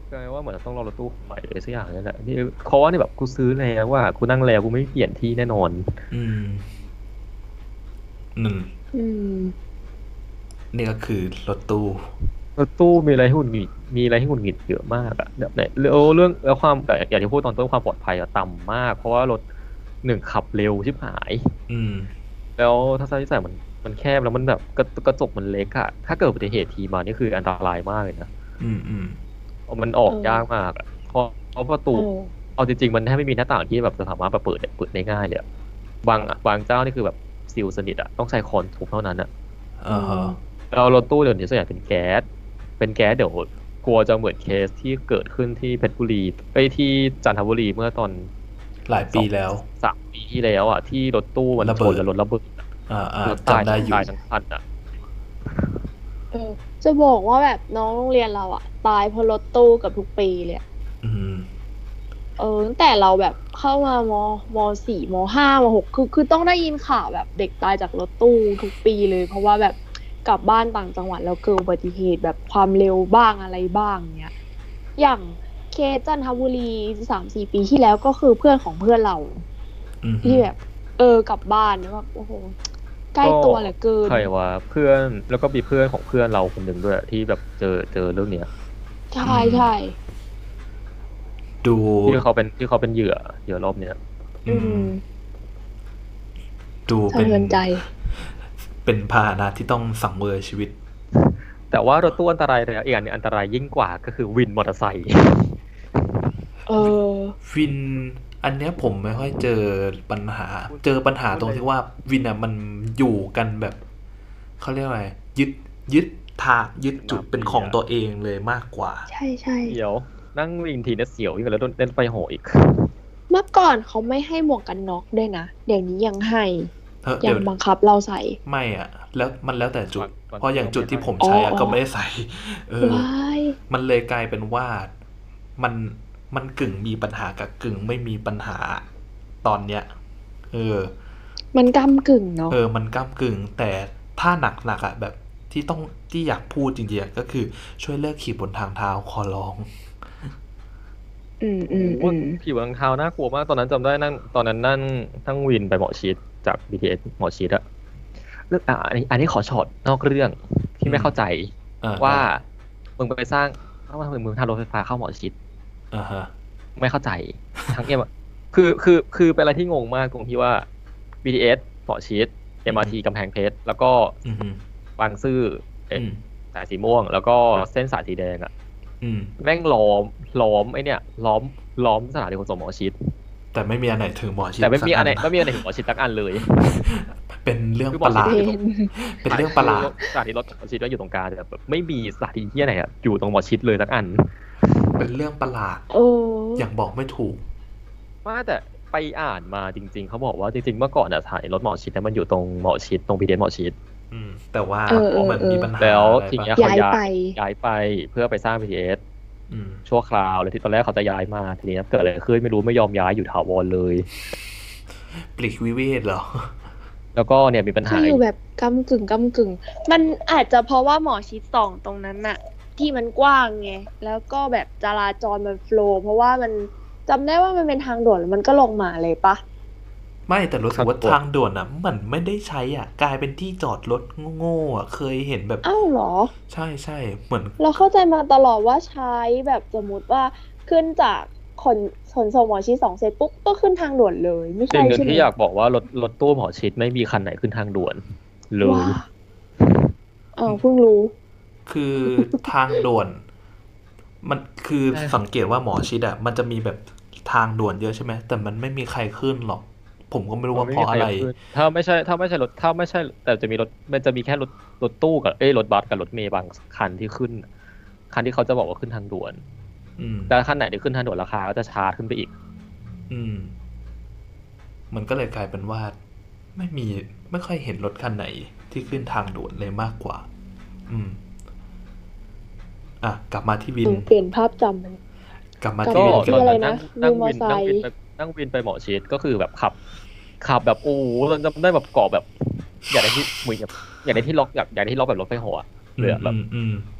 Speaker 3: กลายว่าเหมือนต้องรอรถตู้ใหม่เลยสักอย่างนั่นแหละนี่เพราะว่านี่แบบกูซื้อแล้วว่ากูนั่งแล้วกูไม่เปลี่ยนที่แน่นอน
Speaker 1: อืมหนึ่ง
Speaker 2: อืม
Speaker 1: นี่ก็คือรถตู้
Speaker 3: รถตู้มีอะไรให้หงุดหงิดมีอะไรให้หงุดหงิดเยอะมากอะแบบเนี่ยเรื่องเรื่องแล้วความแต่อย่างที่พูดตอนต้นความปลอดภัยอะต่ำมาก เพราะว่ารถหนึ่งขับเร็วชิบหาย
Speaker 1: อืม
Speaker 3: แล้วทัศนวิสัยมันมันแคบแล้วมันแบบกระกระจกมันเล็กอะถ้าเกิดอุบัติเหตุทีมานี่คืออันตรายมากเลยนะ
Speaker 1: อืมอืม
Speaker 3: เพราะมันออก
Speaker 2: เออ
Speaker 3: ยากมากอะเพราะเพราะประตู
Speaker 2: เออ
Speaker 3: เอาจริงๆมันแทบไม่มีหน้าต่างที่แบบจะสามารถเปิดเปิดได้ง่ายเลยอะบางบางเจ้านี่คือแบบซีลสนิทอะต้องใช้คอนทุบเท่านั้นอะ
Speaker 1: อ่าฮะ
Speaker 3: แล้วรถตู้เดี๋ยวนี้ส่วนใหญ่เป็นแก๊ส เป็นแก๊สเดี๋ยวกลัวจะเหมือนเคสที่เกิดขึ้นที่เพชรบุรีไอ้ยที่จันทบุรีเมื่อตอน
Speaker 1: หลายปีแล้ว
Speaker 3: สามปีที่แล้วอ่ะที่รถตู้มัน
Speaker 1: ระ
Speaker 3: ช
Speaker 1: เบิด
Speaker 3: นแล้วรถระเบิดอะ
Speaker 1: อ่าอ่าร
Speaker 3: ถตาย
Speaker 1: จำได้อยู่
Speaker 3: ตายทั้งคันอ่ะ
Speaker 2: เออ จะบอกว่าแบบน้องโรงเรียนเราอะตายเพราะรถตู้กับทุกปีเลยอะ
Speaker 1: อืม
Speaker 2: เออตั้งแต่เราแบบเข้ามามมสี่มห้ามหกคือคือต้องได้ยินข่าวแบบเด็กตายจากรถตู้ทุกปีเลย เพราะว่าแบบกลับบ้านต่างจังหวัดแล้วเกิดอุบัติเหตุแบบความเร็วบ้างอะไรบ้างเนี้ยอย่างเคสจันทบุรีสามสี่ปีที่แล้วก็คือเพื่อนของเพื่อนเรา
Speaker 1: อืม
Speaker 2: ที่แบบ เออกลับบ้านแล้วแบบโอ้โหใกล้ตัวเหลือเกิน
Speaker 3: ใครว่าเพื่อนแล้วก็มีเพื่อนของเพื่อนเราคนหนึ่งด้วยที่แบบเจอเจอเรื่องเนี้ย
Speaker 2: ใช่ใช่
Speaker 1: ดู
Speaker 3: ที่เขาเป็นที่เขาเป็นเหยื่อเหยื่อรอบเนี้ย
Speaker 1: อื
Speaker 2: อื
Speaker 1: ม
Speaker 2: ม
Speaker 1: ดู
Speaker 2: สะ
Speaker 1: เป็น
Speaker 2: เทือนใจ
Speaker 1: เป็นพาหนะที่ต้องสังเวยชีวิต
Speaker 3: แต่ว่ารถตู้อันตรายเลยอีกอันหนึงอันตรายยิ่งกว่าก็คือวินมอเตอร์ไซค์
Speaker 2: เออ
Speaker 1: วิน อันเนี้ยผมไม่ค่อยเจอปัญหา เจอปัญหาตรงที่ว่าวินอ่ะมันอยู่กันแบบเขาเรียกว่าอะไรยึดยึดทางยึดจุดเป็นของตัวเองเลยมากกว่า
Speaker 2: ใช่ใช่
Speaker 3: เดี๋ยวนั่งวินทีเนี่ยเสียวยิ่งกว่าแล้วโดนเล่นไฟโหอีก
Speaker 2: เมื่อก่อนเขาไม่ให้หมวกกันน็อกด้วยนะ เดี๋ยวนี้ยังให้
Speaker 1: เออ
Speaker 2: ยั
Speaker 1: เดี๋ย
Speaker 2: ง
Speaker 1: ว
Speaker 2: บังคับเราใส่
Speaker 1: ไม่อ่ะ แล้วมันแล้วแต่จุด
Speaker 3: ก่อน
Speaker 1: เพราะอย่างจุดที่ผม
Speaker 2: อ๋อ
Speaker 1: ใช้อ่ะ
Speaker 2: อ๋อ
Speaker 1: ก็ไม่ได้ใส่ เออ
Speaker 2: ว้าย
Speaker 1: มันเลยกลายเป็นว่ามันมันกึ่งมีปัญหากับกึ่งไม่มีปัญหาตอนเนี้ย เออ
Speaker 2: มันก้ำกึ่งเนาะ
Speaker 1: เออ มันก้ากึ่ง แต่ถ้าหนักหนักๆอ่ะแบบที่ต้องที่อยากพูดจริงๆอะก็คือช่วยเลิกขี่บนทางเท้าขอร้อง
Speaker 2: อืมอืม
Speaker 3: โอ้
Speaker 2: อื
Speaker 3: โห
Speaker 2: ม
Speaker 3: ขี่บนทางเท้าน่ากลัวมากตอนนั้นจำได้นั่งตอนนั้นนั่งนั่งวินไปหมอชิดจาก บี ที เอส หมอชิดอะเรื่องอ่ะอันนี้อันนี้ขอช็อตนอกเรื่องที่ไม่เข้าใจ
Speaker 1: อ่า
Speaker 3: ว่ามึงไปสร้างถ้าว่ามึงทำรถไฟฟ้าเข้าหมอชิด
Speaker 1: อ่าฮะ
Speaker 3: ไม่เข้าใจทั้งเอ็มคือคือคือเป็นอะไรที่งงมากตรงที่ว่า บี ที เอส หมอชิด เอ็ม อาร์ ที กำแพงเพชรแล้วก็
Speaker 1: อืมฮึ
Speaker 3: บางซื่อเอ็ม
Speaker 1: อืม
Speaker 3: สายสีม่วง แล้วก็เส้นสายสีแดงอะ
Speaker 1: อืม
Speaker 3: แม่งล้อมล้อมไอเนี่ยล้อมล้อมสถานีขนส่งหมอชิด
Speaker 1: แต่ไม่มีอันไหนถึงหมอชิด
Speaker 3: แต่ไม่มี
Speaker 1: สัก
Speaker 3: อันไหนไม่มีอันไหนถึงหมอชิดสักอันเลย
Speaker 1: เป็นเรื่อง
Speaker 3: คือห
Speaker 1: ป
Speaker 3: มอ
Speaker 1: ระหลาด
Speaker 3: ชิด
Speaker 2: เป็น
Speaker 1: เป็นเรื่องประหลาด
Speaker 3: สถานีรถหมอชิดว่าอยู่ตรงกลางแต่แบบไม่มีสถานีที่ไหนอะอยู่ตรงหมอชิดเลยสักอัน
Speaker 1: เป็นเรื่องประหลาด
Speaker 2: เออ
Speaker 1: อย่างบอกไม่ถูก
Speaker 3: ว่าแต่ไปอ่านมาจริง ๆเขาบอกว่าจริงๆเมื่อก่อนอะสถานีรถหมอชิดเนี่ยมันอยู่ตรงหมอชิดตรงบีเดนหมอชิด
Speaker 1: อืม แต่ว่า
Speaker 2: เออเออ
Speaker 1: มันมีปัญหา
Speaker 3: แล้ว
Speaker 1: อะไร
Speaker 3: ทีเนี้ย
Speaker 1: ปะ
Speaker 3: เขา
Speaker 2: ย้าย
Speaker 3: ย้าย
Speaker 2: ไป
Speaker 3: ย้ายไปเพื่อไปสร้าง บี ที เอส
Speaker 1: อืม
Speaker 3: ชั่วคราวแล้วที่ตอนแรกเขาจะย้ายมาทีนี้เกิดอะไรขึ้นไม่รู้ไม่ยอมย้ายอยู่ถาวรเลย
Speaker 1: ปลีกวิเวกเหรอ
Speaker 3: แล้วก็เนี่ยมีปัญหา
Speaker 2: คืออยู่แบบกำกึ่งกำกึ่ง มันอาจจะเพราะว่าหมอชิดสองตรงนั้นน่ะ ที่มันกว้างไง แล้วก็แบบจราจรมันโฟลว์เพราะว่ามันจำได้ว่ามันเป็นทางด่วนแล้วมันก็ลงมาเลยปะ
Speaker 1: ไม่แต่รู้สึกว่าทางด่วนอ่ะมันไม่ได้ใช้อ่ะ กลายเป็นที่จอดรถโง่ๆอ่ะ เคยเห็นแบบ
Speaker 2: อ้าวเหรอ
Speaker 1: ใช่ใช่เหมือน
Speaker 2: เราเข้าใจมาตลอดว่าใช้แบบสมมติว่าขึ้นจากขนขนส่งหมอชิดสองเสร็จปุ๊บก็ขึ้นทางด่วนเลย ไม่
Speaker 3: สิ่
Speaker 2: ใช่
Speaker 3: งหนึ่ง
Speaker 2: ใช่ไหม
Speaker 3: ที่อยากบอกว่ารถรถตู้หมอชิดไม่มีคันไหนขึ้นทางด่วนเลย
Speaker 2: ว้าอ้าวเพิ่งรู้
Speaker 1: คือทางด่วน มันคือ
Speaker 3: ใช่
Speaker 1: สังเกตว่าหมอชิดอ่ะมันจะมีแบบทางด่วนเยอะใช่ไหมแต่มันไม่มีใครขึ้นหรอก ผมก็ไม่รู้ว่าเพราะอะไร
Speaker 3: ถ้าไม่ใช่ถ้าไม่ใช่รถถ้าไม่ใช่ แต่จะมีรถมันจะมีแค่รถรถตู้กับเอ้ยรถบัสกับรถเมล์บางคันที่ขึ้น คันที่เขาจะบอกว่าขึ้นทางด่วน
Speaker 1: อืม
Speaker 3: แต่คันไหนที่ขึ้นทางด่วนราคาก็จะชาร์จขึ้นไปอีก
Speaker 1: อืม มันก็เลยกลายเป็นว่า ไม่มีไม่ค่อยเห็นรถคันไหนที่ขึ้นทางด่วนเลยมากกว่า อืม อ่ะ กลับมาที่วิน
Speaker 2: เปลี่ยนภาพจำมัน
Speaker 1: กลับมา
Speaker 2: ก็
Speaker 1: ที่วิน
Speaker 2: ที่
Speaker 1: กัน
Speaker 2: อะไร
Speaker 3: นั่
Speaker 2: นะ
Speaker 3: งนั่งวิน
Speaker 2: วินมอไซ
Speaker 3: นั่ง
Speaker 2: ค์
Speaker 3: วินไปนั่งวินไปหมอชิดก็คือแบบขับ ขับแบบโอ้โหเราจำได้แบบเกาะแบบ อยากได้ที่เหมือนแบบอยากได้ที่ล็อกอยากอยากได้ที่ล็อกแบบรถไฟเหาะอะเลยอะแบบ
Speaker 1: อืมอืม
Speaker 3: โ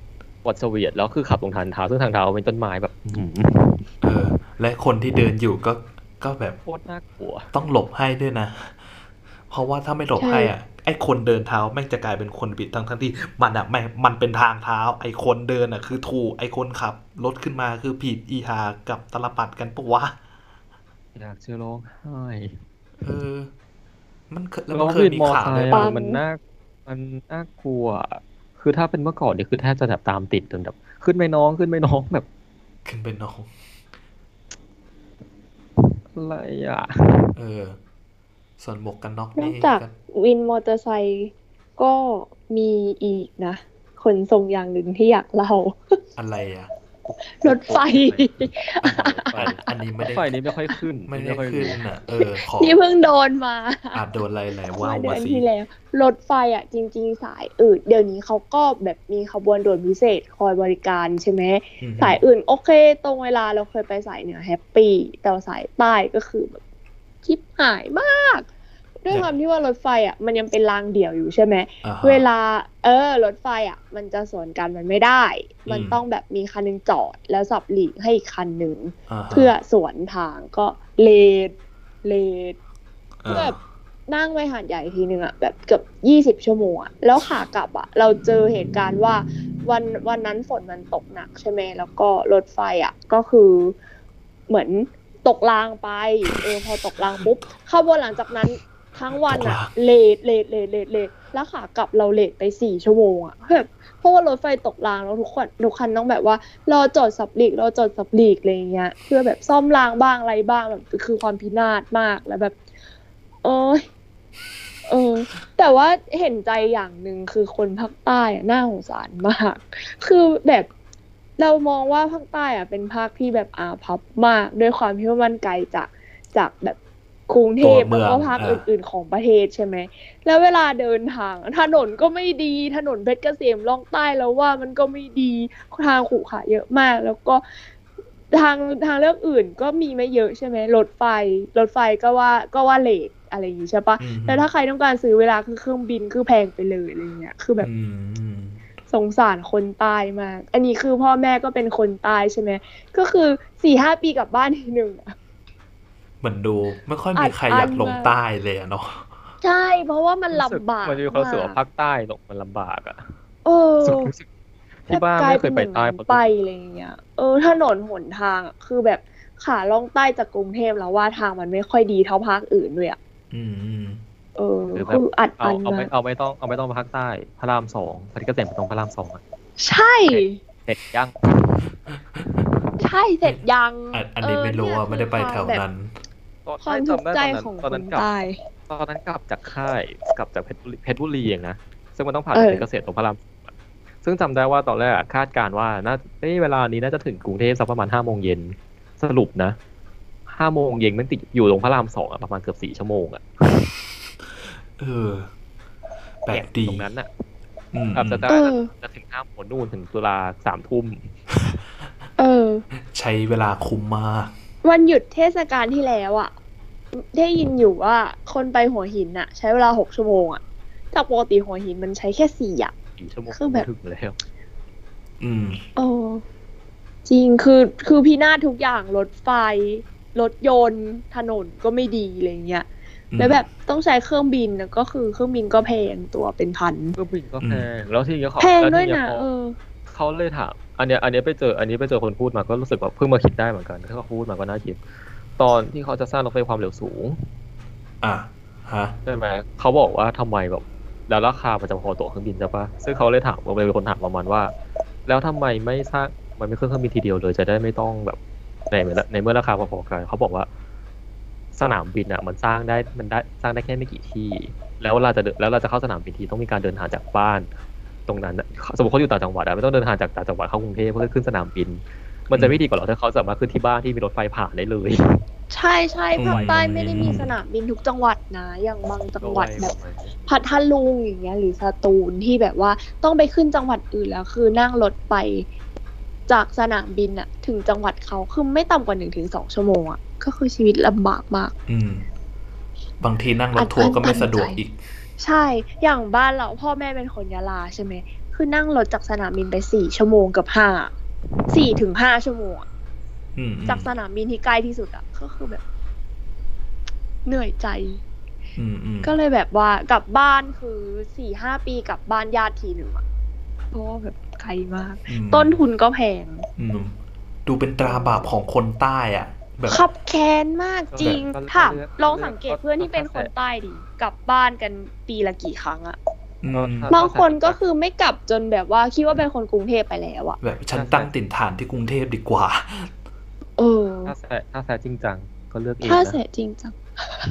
Speaker 3: วัดเสวียดแล้วคือขับลงทางเท้าซึ่งทางเท้าเป็นต้นไม้แบบอื้อหือ
Speaker 1: เออ และคนที่เดินอยู่ก็ก็แบบ
Speaker 3: โคตรน่ากลัว
Speaker 1: ต้องหลบให้ด้วยนะ เพราะว่าถ้าไม่หลบ
Speaker 2: ใช่
Speaker 1: ให้อ่ะไอ้คนเดินเท้าแม่งจะกลายเป็นคนผิดทั้งทั้งที่มันอ่ะไม่มันเป็นทางเท้า ไอ้คนเดินอ่ะคือถูกไอ้คนขับรถขึ้นมาคือผิดอีหากับตลปัดกันปะวะ
Speaker 3: อยากจะร้องไห้
Speaker 1: เออ มันเคยแล้ว
Speaker 3: แล้
Speaker 1: มั
Speaker 3: วน
Speaker 1: เคย
Speaker 3: วิน
Speaker 1: มี
Speaker 3: มอ
Speaker 1: ข่าว
Speaker 3: ไซ
Speaker 1: ด้วย
Speaker 3: ค์
Speaker 1: ปะ
Speaker 3: อะมันน่ามันน่ากลัว คือถ้าเป็นเมื่อก่อนเนี่ยคือแทบจะแบบตามติดจนแบบขึ้นไปน้องขึ้นไปน้องแบบ
Speaker 1: ขึ้นไปน้อง
Speaker 3: อะไรอ่ะ
Speaker 1: เออ ส่วนหมวกกันน็อก
Speaker 2: นอ
Speaker 1: นี่
Speaker 2: กจาก
Speaker 1: ก็
Speaker 2: วินมอเตอร์ไซค์ก็มีอีกนะขนส่งอย่างหนึ่งที่อยากเล่า
Speaker 1: อะไรอ่ะ
Speaker 2: รถไฟ
Speaker 1: อันอันนี้ไม่ได้
Speaker 3: ไฟนี้ไม่ค่อยขึ้น
Speaker 1: ไม่ได้
Speaker 3: ค่อย
Speaker 1: ขึ้น
Speaker 3: รู้
Speaker 1: อ่ะ เออ ขอ
Speaker 2: นี่เพิ่งโดนมา
Speaker 1: อาจโดนอะไรไหลว่า
Speaker 2: เมื่อเดื
Speaker 1: มา
Speaker 2: อน
Speaker 1: สิ
Speaker 2: ที่แล้ว รถไฟอ่ะ จริง ๆ สายอื่น เดี๋ยวนี้เขาก็แบบมีขบวนด่วนพิเศษคอยบริการใช่ไหม
Speaker 1: อือฮึ
Speaker 2: สายอื่นโอเค ตรงเวลาเราเคยไปสายเหนือแฮปปี้แต่ว่าสายใต้ก็คือแบบชิบหายมาก ด้วยความที่ว่ารถไฟอ่ะ มันยังเป็นรางเดี่ยวอยู่ใช่ไหม
Speaker 1: อ่าฮะ
Speaker 2: เวลา เออ รถไฟอ่ะ มันจะสวนกันมันไม่ได้ มัน
Speaker 1: อืม
Speaker 2: ต้องแบบมีคันหนึงจอด แล้วสับหลีกให้อีกคันหนึ่ง
Speaker 1: อ่าฮะ
Speaker 2: เพื่อสวนทางก็เลดเลด
Speaker 1: อ่า
Speaker 2: แบบนั่งไปหาดใหญ่ทีนึงอ่ะแบบเกือบยี่สิบชั่วโมงอ่ะแล้วขากลับอ่ะ เราเจอเหตุการณ์ว่าวันวันนั้นฝนมันตกหนักใช่ไหมแล้วก็รถไฟอ่ะก็คือเหมือนตกรางไปเออพอตกรางปุ๊บขบวนหลังจากนั้นทั้งวันอ่ะเลดเลดเลดเลดเลดแล้วขากลับเราเลดไปสี่ชั่วโมงอ่ะแบบเพราะว่ารถไฟตกรางแล้วทุกคนทุกคันต้องแบบว่ารอจอดสับหลีกรอจอดสับหลีกอะไรอย่างเงี้ยเพื่อแบบซ่อมรางบ้างอะไรบ้างแบบคือความพินาศมากแล้วแบบโอ้ยเออแต่ว่าเห็นใจอย่างหนึ่งคือคนภาคใต้อะน่าสงสารมาก คือแบบเรามองว่าภาคใต้อะเป็นภาคที่แบบอาภัพมากด้วยความที่ว่ามันไกลจากจากแบบกรุงเทพ
Speaker 1: ตัวเมื
Speaker 2: แล้ว
Speaker 1: อง
Speaker 2: ก็ภาค
Speaker 1: อ่า
Speaker 2: อื่นๆของประเทศใช่ไหมแล้วเวลาเดินทางอะถนนก็ไม่ดีถนนเพชรเกษมล่องใต้แล้วว่ามันก็ไม่ดีทางขรุขระเยอะมาก แล้วก็ทางทางเลือกอื่นก็มีไม่เยอะใช่ไหมรถไฟรถไฟก็ว่าก็ว่าเลทอะไรอย่างงี้ใช่ปะ
Speaker 1: อืม
Speaker 2: แล้วถ้าใครต้องการซื้อเวลาคือเครื่องบินคือแพงไปเลยอะไรเงี้ยคือแบบ
Speaker 1: อืม
Speaker 2: สงสารคนใต้มาก อันนี้คือพ่อแม่ก็เป็นคนใต้ใช่ไหม ก็คือสี่ห้าปีกลับบ้านทีหนึ่งอะ
Speaker 1: เหมือนดูไม่ค่อย
Speaker 2: อั
Speaker 1: มี
Speaker 2: ด
Speaker 1: ใคร
Speaker 2: อั้
Speaker 1: อน ยากลง
Speaker 2: มาก
Speaker 1: ใต้เลยอะเนาะ
Speaker 2: ใช่ เพราะว่ามัน
Speaker 3: รู้สึก
Speaker 2: ลำบาก
Speaker 3: มันมีความรู้สึกว่า
Speaker 2: มา
Speaker 3: ภาคใต้ตกมันลำบากอ่ะ
Speaker 2: เออ
Speaker 3: รู้สึกรู้สึกที่บ้านไม่เคยไปใต้
Speaker 2: แบบกลายเป็นอย่างนั้นไปอะไรอย่างเงี้ย เออถนนหนทางอะคือแบบขาล่องใต้จากกรุงเทพแล้วว่าทางมันไม่ค่อยดีเท่าภาคอื่นด้วยอ่ะ
Speaker 1: อืมอืม
Speaker 2: เออ
Speaker 3: หรือแบ
Speaker 2: คื
Speaker 3: บ
Speaker 2: ออัด
Speaker 3: เอา
Speaker 2: อัน
Speaker 3: เอา
Speaker 2: มา
Speaker 3: ไม่
Speaker 2: ก
Speaker 3: เอาไม่ต้องเอาไม่ต้องภาคใต้พระรามสองพระเกษมไปตรงพระรามสองอะ
Speaker 2: ใช่
Speaker 3: เสร็จยัง
Speaker 2: ใช่เสร็จยัง
Speaker 1: อันอันนี้ไม่รู้
Speaker 2: เ
Speaker 1: ว่าไม่ได้ไปแถวนั้น
Speaker 2: ความทุกข์ใจของ
Speaker 3: ตอน
Speaker 2: ค
Speaker 3: นั้น
Speaker 2: น
Speaker 3: กลับ
Speaker 2: ใต้
Speaker 3: ตอนนั้นกลับจากค่ายกลับจากเพชรบุรีเพชรบุรีเองนะซึ่งมันต้องผ่าน
Speaker 2: เออ
Speaker 3: เพชรเกษมตรงพระรามสองอะซึ่งจำได้ว่าตอนแรกอะคาดการณ์ว่าน่าเอ้ยเวลานี้น่าจะถึงกรุงเทพสักประมาณห้าโมงเย็นสรุปนะห้าโมงเย็นมันติดอยู่ตรงพระรามสองอะประมาณเกือบสี่ชั่วโมงอะ
Speaker 1: เออ แปลกดี
Speaker 3: ตรงนั้นอะ
Speaker 1: อืม
Speaker 3: อาจจะได้
Speaker 2: เออ
Speaker 3: จะถึงห้าโมงนู่นถึงตุลาสามทุ่ม
Speaker 2: เออ
Speaker 1: ใช้เวลาคุ้มมาก
Speaker 2: วันหยุดเทศกาลที่แล้วอ่ะ ได้ยินอยู่ว่าคนไปหัวหินอ่ะ ใช้เวลาหกชั่วโมงอ่ะจากปกติหัวหินมันใช้แค่สี่อ่ะ
Speaker 3: สี่ชั่วโมง
Speaker 2: คือแบบ
Speaker 3: ถึงแล้ว
Speaker 1: อืม
Speaker 2: เออจริงคือคือพินาศทุกอย่างรถไฟ รถยนต์ถนนก็ไม่ดีอะไรเงี้ย
Speaker 1: อืม
Speaker 2: แล้วแบบต้องใช้เครื่องบินนะก็คือเครื่องบินก็แพงตัวเป็นพัน
Speaker 3: เครื่องบินก็แพงแล้วทีนี้เขา
Speaker 2: แพง
Speaker 3: แล้ว
Speaker 2: ด้วย
Speaker 3: ที
Speaker 2: นะ
Speaker 3: พอ
Speaker 2: เออ
Speaker 3: เขาเลยถามอันเนี้ยอันเนี้ยไปเจออันนี้ไปเจอคนพูดมาก็รู้สึกแบบเพิ่งมาคิดได้เหมือนกันที่เขาพูดมาก็น่าคิดตอนที่เขาจะสร้างรถไฟความเร็วสูง
Speaker 1: อ่ะฮะ
Speaker 3: ใช่ไหมเขาบอกว่าทำไมแบบแล้วราคามันจะพอตั๋วเครื่องบินใช่ปะซึ่งเขาเลยถามเลยเป็นคนถามประมาณว่า แล้วทำไมไม่สร้างมันไม่ขึ้นเครื่องบินทีเดียวเลยจะได้ไม่ต้องแบบในเมื่อในเมื่อราคาพอๆกันเขาบอกว่า สนามบินอ่ะมันสร้างได้มันได้สร้างได้แค่ไม่กี่ที่ แล้วเราจะเดินแล้วเราจะเข้าสนามบินทีต้องมีการเดินทางจากบ้าน ตรงนั้นน่ะสมมติเขาอยู่ต่างจังหวัดอะไม่ต้องเดินทางจากต่างจังหวัดเข้ากรุงเทพเพื่อขึ้นสนามบิน มันจะไม่ดีกว่าหรอถ้าเขาสามารถขึ้นที่บ้านที่มีรถไฟผ่านได้เลย
Speaker 2: ใช่ใช่
Speaker 1: อืม
Speaker 2: ภาคใต้ไม่ได้มีสนามบินทุกจังหวัดนะ อย่างบางจังหวัดแบบ
Speaker 3: ก็ไว
Speaker 2: พัทลุงอย่างเงี้ยหรือสตูลที่แบบว่าต้องไปขึ้นจังหวัดอื่นแล้วคือนั่งรถไปจากสนามบินอะถึงจังหวัดเขาคือไม่ต่ำกว่าหนึ่งถึงสองชั่วโมงอะก็คือชีวิตลำบากมาก
Speaker 1: อืม บางทีนั่งรถทัวร์ก็ไม่สะดวกอีก
Speaker 2: ใช่ อย่างบ้านเราพ่อแม่เป็นคนยะลาใช่ไหม คคือนั่งรถจากสนามบินไปสี่ชั่วโมงกับห้าสี่ถึงห้าชั่วโมงอะ
Speaker 1: อืมอืม
Speaker 2: จากสนามบินที่ใกล้ที่สุดอะก็คือแบบ เหนื่อยใจ
Speaker 1: อืมอืม
Speaker 2: ก็เลยแบบว่ากลับบ้านคือสี่ห้าปีกลับบ้านญาติทีหนึ่งอะเพราะว่าแบบไกลมาก
Speaker 1: อืม
Speaker 2: ต้นทุนก็แพง
Speaker 1: อืมดูเป็นตราบาปของคนใต้อ่ะ แบบ
Speaker 2: ขับแค้นมากจริง
Speaker 3: ก็แบบ
Speaker 2: ถาม
Speaker 3: ก็เลือก
Speaker 2: ลองสังเกต
Speaker 3: ก็
Speaker 2: เพื่อนที่เป็นคน
Speaker 3: ก็
Speaker 2: ใต้ดิกลับบ้านกันปีละกี่ครั้งอะ
Speaker 1: อืม
Speaker 3: ถ้า
Speaker 2: บางคนก็คือไม่กลับจนแบบว่าคิดว่าเป็นคนกรุงเทพไปแล้วอะ
Speaker 1: แบบฉันตั้งถิ่นฐานที่กรุงเทพดีกว่า
Speaker 2: เออ
Speaker 3: ถ้าแซ่ถ้าแซ่จริงจังก็เลือกเอง
Speaker 2: ถ้า
Speaker 3: นะ
Speaker 2: เสียจริงจัง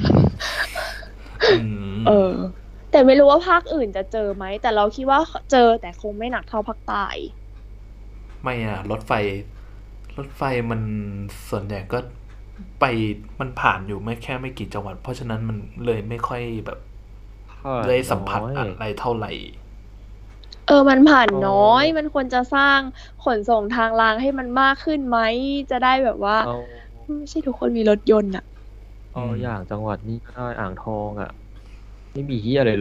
Speaker 1: อืม
Speaker 2: เออ แต่ไม่รู้ว่าภาคอื่นจะเจอไหม แต่เราคิดว่าเจอแต่คงไม่หนักเท่าภาคใต้
Speaker 1: ไม่อ่ะ รถไฟ รถไฟมันส่วนใหญ่ก็ไปมันผ่านอยู่ไม่แค่ไม่กี่จังหวัด เพราะฉะนั้นมันเลยไม่ค่อยแบบได้สัมผัสอะไรเท่าไหร่
Speaker 2: เออ มันผ่าน
Speaker 3: อ๋อ
Speaker 2: น้อย มันควรจะสร้างขนส่งทางรางให้มันมากขึ้นไหม จะได้แบบว่า
Speaker 3: เอา
Speaker 2: ไม่ใช่ทุกคนมีรถยนต์อะ
Speaker 3: เอา
Speaker 1: อืม
Speaker 3: อย่างจังหวัดนี้ก็ได้อ่างทองอ่ะ ไม่มีเฮียอะไรเลย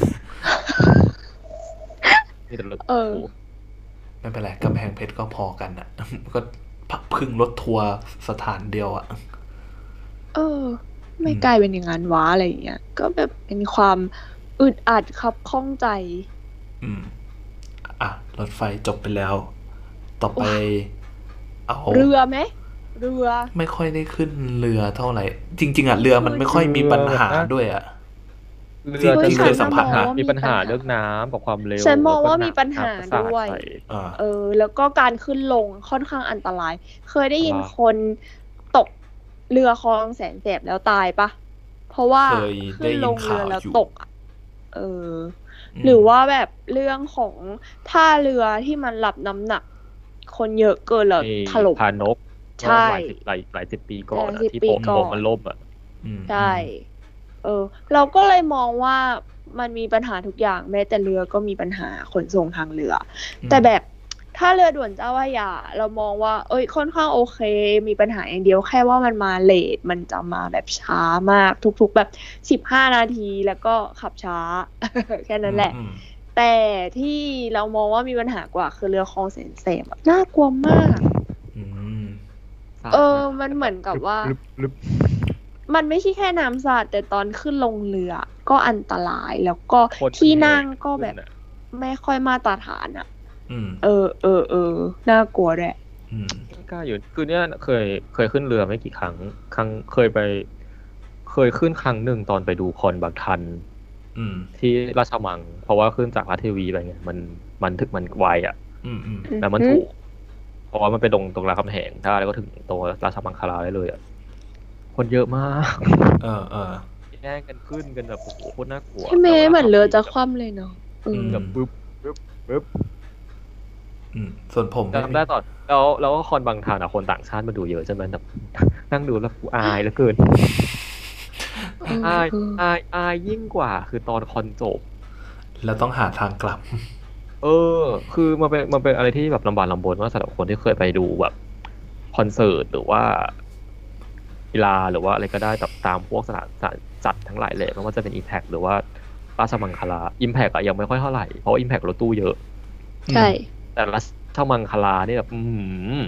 Speaker 3: มีแต่รถ
Speaker 2: เออ
Speaker 1: ไม่เป็นไรกำแพงเพชรก็พอกันอ่ะ ก็พักพึ่งรถทัวร์สถานเดียวอ่ะ
Speaker 2: เออ ไม่
Speaker 1: อืม
Speaker 2: กลายเป็นอย่างนั้นวะอะไรอย่างเงี้ย ก็แบบเป็นความอึดอัดครับข้องใจ
Speaker 1: อืม อ่ะ รถไฟจบไปแล้ว ต่อไป เอา
Speaker 2: เรือไหม เรือ
Speaker 1: ไม่ค่อยได้ขึ้นเรือเท่าไหร่ จริง ๆอ่ะเรือมันไม่ค่อยมีปัญหาด้วยอ่ะ
Speaker 3: เรือ
Speaker 1: ที่
Speaker 3: จะ
Speaker 1: เคยสัมผัสมา
Speaker 3: มีปัญหาเรื่องน้ำกับความเร็ว
Speaker 2: ฉันมองว่า
Speaker 3: แล้วก็
Speaker 2: มีปัญหา
Speaker 3: น้ำประส
Speaker 2: ด้วย
Speaker 3: ใส่
Speaker 1: อ่า
Speaker 2: เออ แล้วก็การขึ้นลงค่อนข้างอันตราย เคยได้ยิน
Speaker 3: อันตราย
Speaker 2: คนตกเรือคลองแสนแสบแล้วตายปะ เพราะว่า
Speaker 1: เคยได้
Speaker 2: ขึ้น
Speaker 1: ยิ
Speaker 2: ล
Speaker 1: น
Speaker 2: ง
Speaker 1: ข่า
Speaker 2: เรือ
Speaker 1: ว
Speaker 2: แล้ว
Speaker 1: อยู่
Speaker 2: ตกอะเออ
Speaker 1: ม
Speaker 2: หรือว่าแบบเรื่องของท่าเรือที่มันรับน้ำหนัก คนเยอะเกินแล้ว
Speaker 3: ไอ้
Speaker 2: ถล่ม
Speaker 3: พานก
Speaker 2: ใช่
Speaker 3: หลายสิบหลายหลายสิบปีก่อน
Speaker 2: หลาย
Speaker 3: อะ
Speaker 2: สิบ
Speaker 3: ที่
Speaker 2: ปี
Speaker 3: โป๊ะ
Speaker 2: ก่อน
Speaker 3: โป๊ะมันล่มอ่ะ
Speaker 1: อืม
Speaker 2: ใช่ เออ เราก็เลยมองว่ามันมีปัญหาทุกอย่าง แม้แต่เรือก็มีปัญหาขนส่งทางเรือ
Speaker 1: อืม
Speaker 2: แต่แบบถ้าเรือด่วนเจ้าพระยาเรามองว่า เอ้ยค่อนข้างโอเค มีปัญหาอย่างเดียวแค่ว่ามันมาเลทมันจะมาแบบช้ามากทุกๆแบบสิบห้านาทีแล้วก็ขับช้า แค่นั้นแหละ
Speaker 1: อืม
Speaker 2: แต่ที่เรามองว่ามีปัญหากว่าคือเรือคลองแสนแสบอะน่ากลัวมาก
Speaker 1: อืม
Speaker 2: เออ มันเหมือนกับว่า
Speaker 3: ลึบลึบ
Speaker 2: มันไม่ใช่แค่น้ำสาดแต่ตอนขึ้นลงเรือก็อันตรายแล้วก็
Speaker 3: คน
Speaker 2: ที่นั่งก็
Speaker 3: ขึ้น
Speaker 2: แบบ
Speaker 3: อะ
Speaker 2: ไม่ค่อยมาตรฐานอ่ะ
Speaker 1: อืม
Speaker 2: เออเออเออน่ากลัวด้วย
Speaker 1: อืม
Speaker 3: ไม่กล้าอยู่คือเนี่ยเคยเคยขึ้นเรือไม่กี่ครั้ง ครั้งเคยไป เคยขึ้นครั้งหนึ่งตอนไปดูคอนบางทัน
Speaker 1: อืม
Speaker 3: ที่ราชมัง เพราะว่าขึ้นจากราชเทวีไปไงมันมันถึกมันไวอ่ะ
Speaker 1: อืม อืม
Speaker 3: แล้วมันถูก เพราะว่ามันไปลงตรงรามคำแหงได้แล้วก็ถึงตรงราชมังคลาได้เลยอ่ะ คนเยอะมาก
Speaker 1: เออเออ
Speaker 3: แย่งกันขึ้นกันแบบโอ้โหโคตรน่ากลัว
Speaker 2: ใช่ไหม
Speaker 3: แล้ว
Speaker 2: เหมือนเรือจะ
Speaker 3: แบบ
Speaker 2: คว่ำเลยเนาะเออ
Speaker 1: ม
Speaker 3: แบบปึ๊บปึ๊บปึ๊บ
Speaker 1: อืม ส่วนผมม่
Speaker 3: จำได้ตอนแล้วแล้วก็คอนบางทานอะคนต่างชาติมาดูเยอะใช่ไหมแบบ นั่งดูแล้วกูอายเหลือเกิน
Speaker 2: เออ
Speaker 3: อาย
Speaker 2: เออ
Speaker 3: อายอายยิ่งกว่าคือตอนคอนจบ
Speaker 1: แล้วต้องหาทางกลับ
Speaker 3: เออ คือมันเป็นมันเป็นอะไรที่แบบลำบากลำบนมากสำหรับคนที่เคยไปดูแบบคอนเสิร์ตหรือว่ากีฬาหรือว่าอะไรก็ได้แบบตามพวกสถานสถานจัดทั้งหลายเลยไม่ว่าจะเป็น Impact หรือว่าราชมังคลา Impact อะยังไม่ค่อยเท่าไหร่เพราะว่า Impact รถตู้เยอะ
Speaker 2: ใช่
Speaker 3: แต่ราชมังคลานี่แบบอืม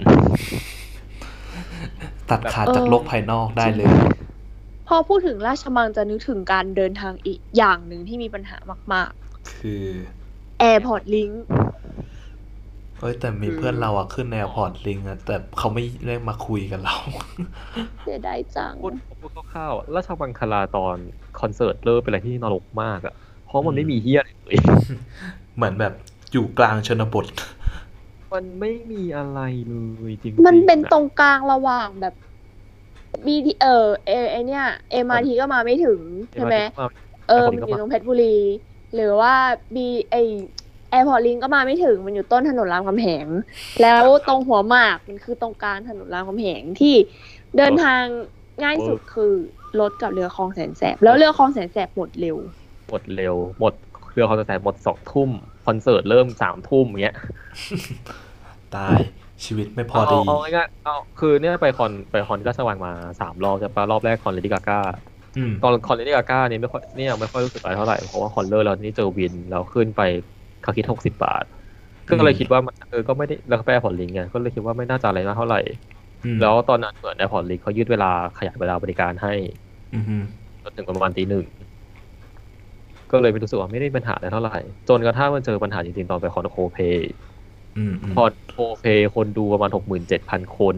Speaker 1: ตัดขาดจากโลกภายนอกได้เลย
Speaker 2: พอพูดถึงราชมังจะนึกถึงการเดินทางอีกอย่างหนึ่งที่มีปัญหามาก
Speaker 1: คือ
Speaker 2: ๆ Airport Link
Speaker 1: เอ้ยแต่มีเพื่อนเราอะขึ้นแอร์พอร์ตลิงอะแต่เขาไม่ได้มาคุยกับเรา
Speaker 2: เสียดายจัง
Speaker 3: พูดพูดคร่าวๆอะราชมังคลาตอนคอนเสิร์ตเริ่มเป็นอะไรที่นรกมากอ่ะ เพราะมันไม่มีเฮียอะไรเลย
Speaker 1: เหมือนแบบอยู่กลางชนบท
Speaker 3: มันไม่มีอะไรเลยจริงๆ
Speaker 2: มันเป็น
Speaker 3: อะ
Speaker 2: ตรงกลางระหว่างแบบ บี ที เออเอไอเนี่ย เอ็ม อาร์ ที ก็มาไม่ถึงใช่ไหม เออ มันอยู่ตรงเพชรบุรี หรือว่าบีไอแอร์พอร์ตลิงก็มาไม่ถึง มันอยู่ต้นถนนรามคำแหง แล้วตรงหัวหมากมันคือตรงกลางถนนรามคำแหงที่เดินทางง่ายสุดคือรถกับเรือคลองแสนแสบ แล้วเรือคลองแสนแสบหมดเร็ว
Speaker 3: หมดเร็ว หมดเรือคอนเสิร์ตหมดสองทุ่มคอนเสิร์ตเริ่มสามทุ่มอย่างเงี้ย
Speaker 1: ตายชีวิตไม่พอดี
Speaker 3: เอาเอาง่ายๆเอาคือเนี่ยไปคอนไปคอนที่ราชวังมาสามรอบใช่ปะรอบแรกคอนเลดี้กาก้า
Speaker 1: อืม
Speaker 3: ตอนคอนเลดี้กาก้านี่ไม่ค่อยเนี่ยไม่ค่อยรู้สึกอะไรเท่าไหร่เพราะว่าคอนเลอร์เรานี่เจอวินเราขึ้นไปเขาคิดหกสิบบาทก็เลยคิดว่ามันเออก็ไม่ได้แล้วก็ไปแอร์พอร์ตลิงก์ไงก็เลยคิดว่าไม่น่าจะอะไรมากเท่าไหร่แล้วตอนนั้นเหมือนแอร์พอร์ตลิงก์เขายืดเวลาขยายเวลาบริการให้จนถึงประมาณตีหนึ่งก็เลยไม่รู้สึกว่าไม่ได้ปัญหาอะไรเท่าไหร่จนกระทั่งมันเจอปัญหาจริงๆตอนไปคอนโคเพย์คอนโคเพย์คนดูประมาณหกหมื่นเจ็ดพันคน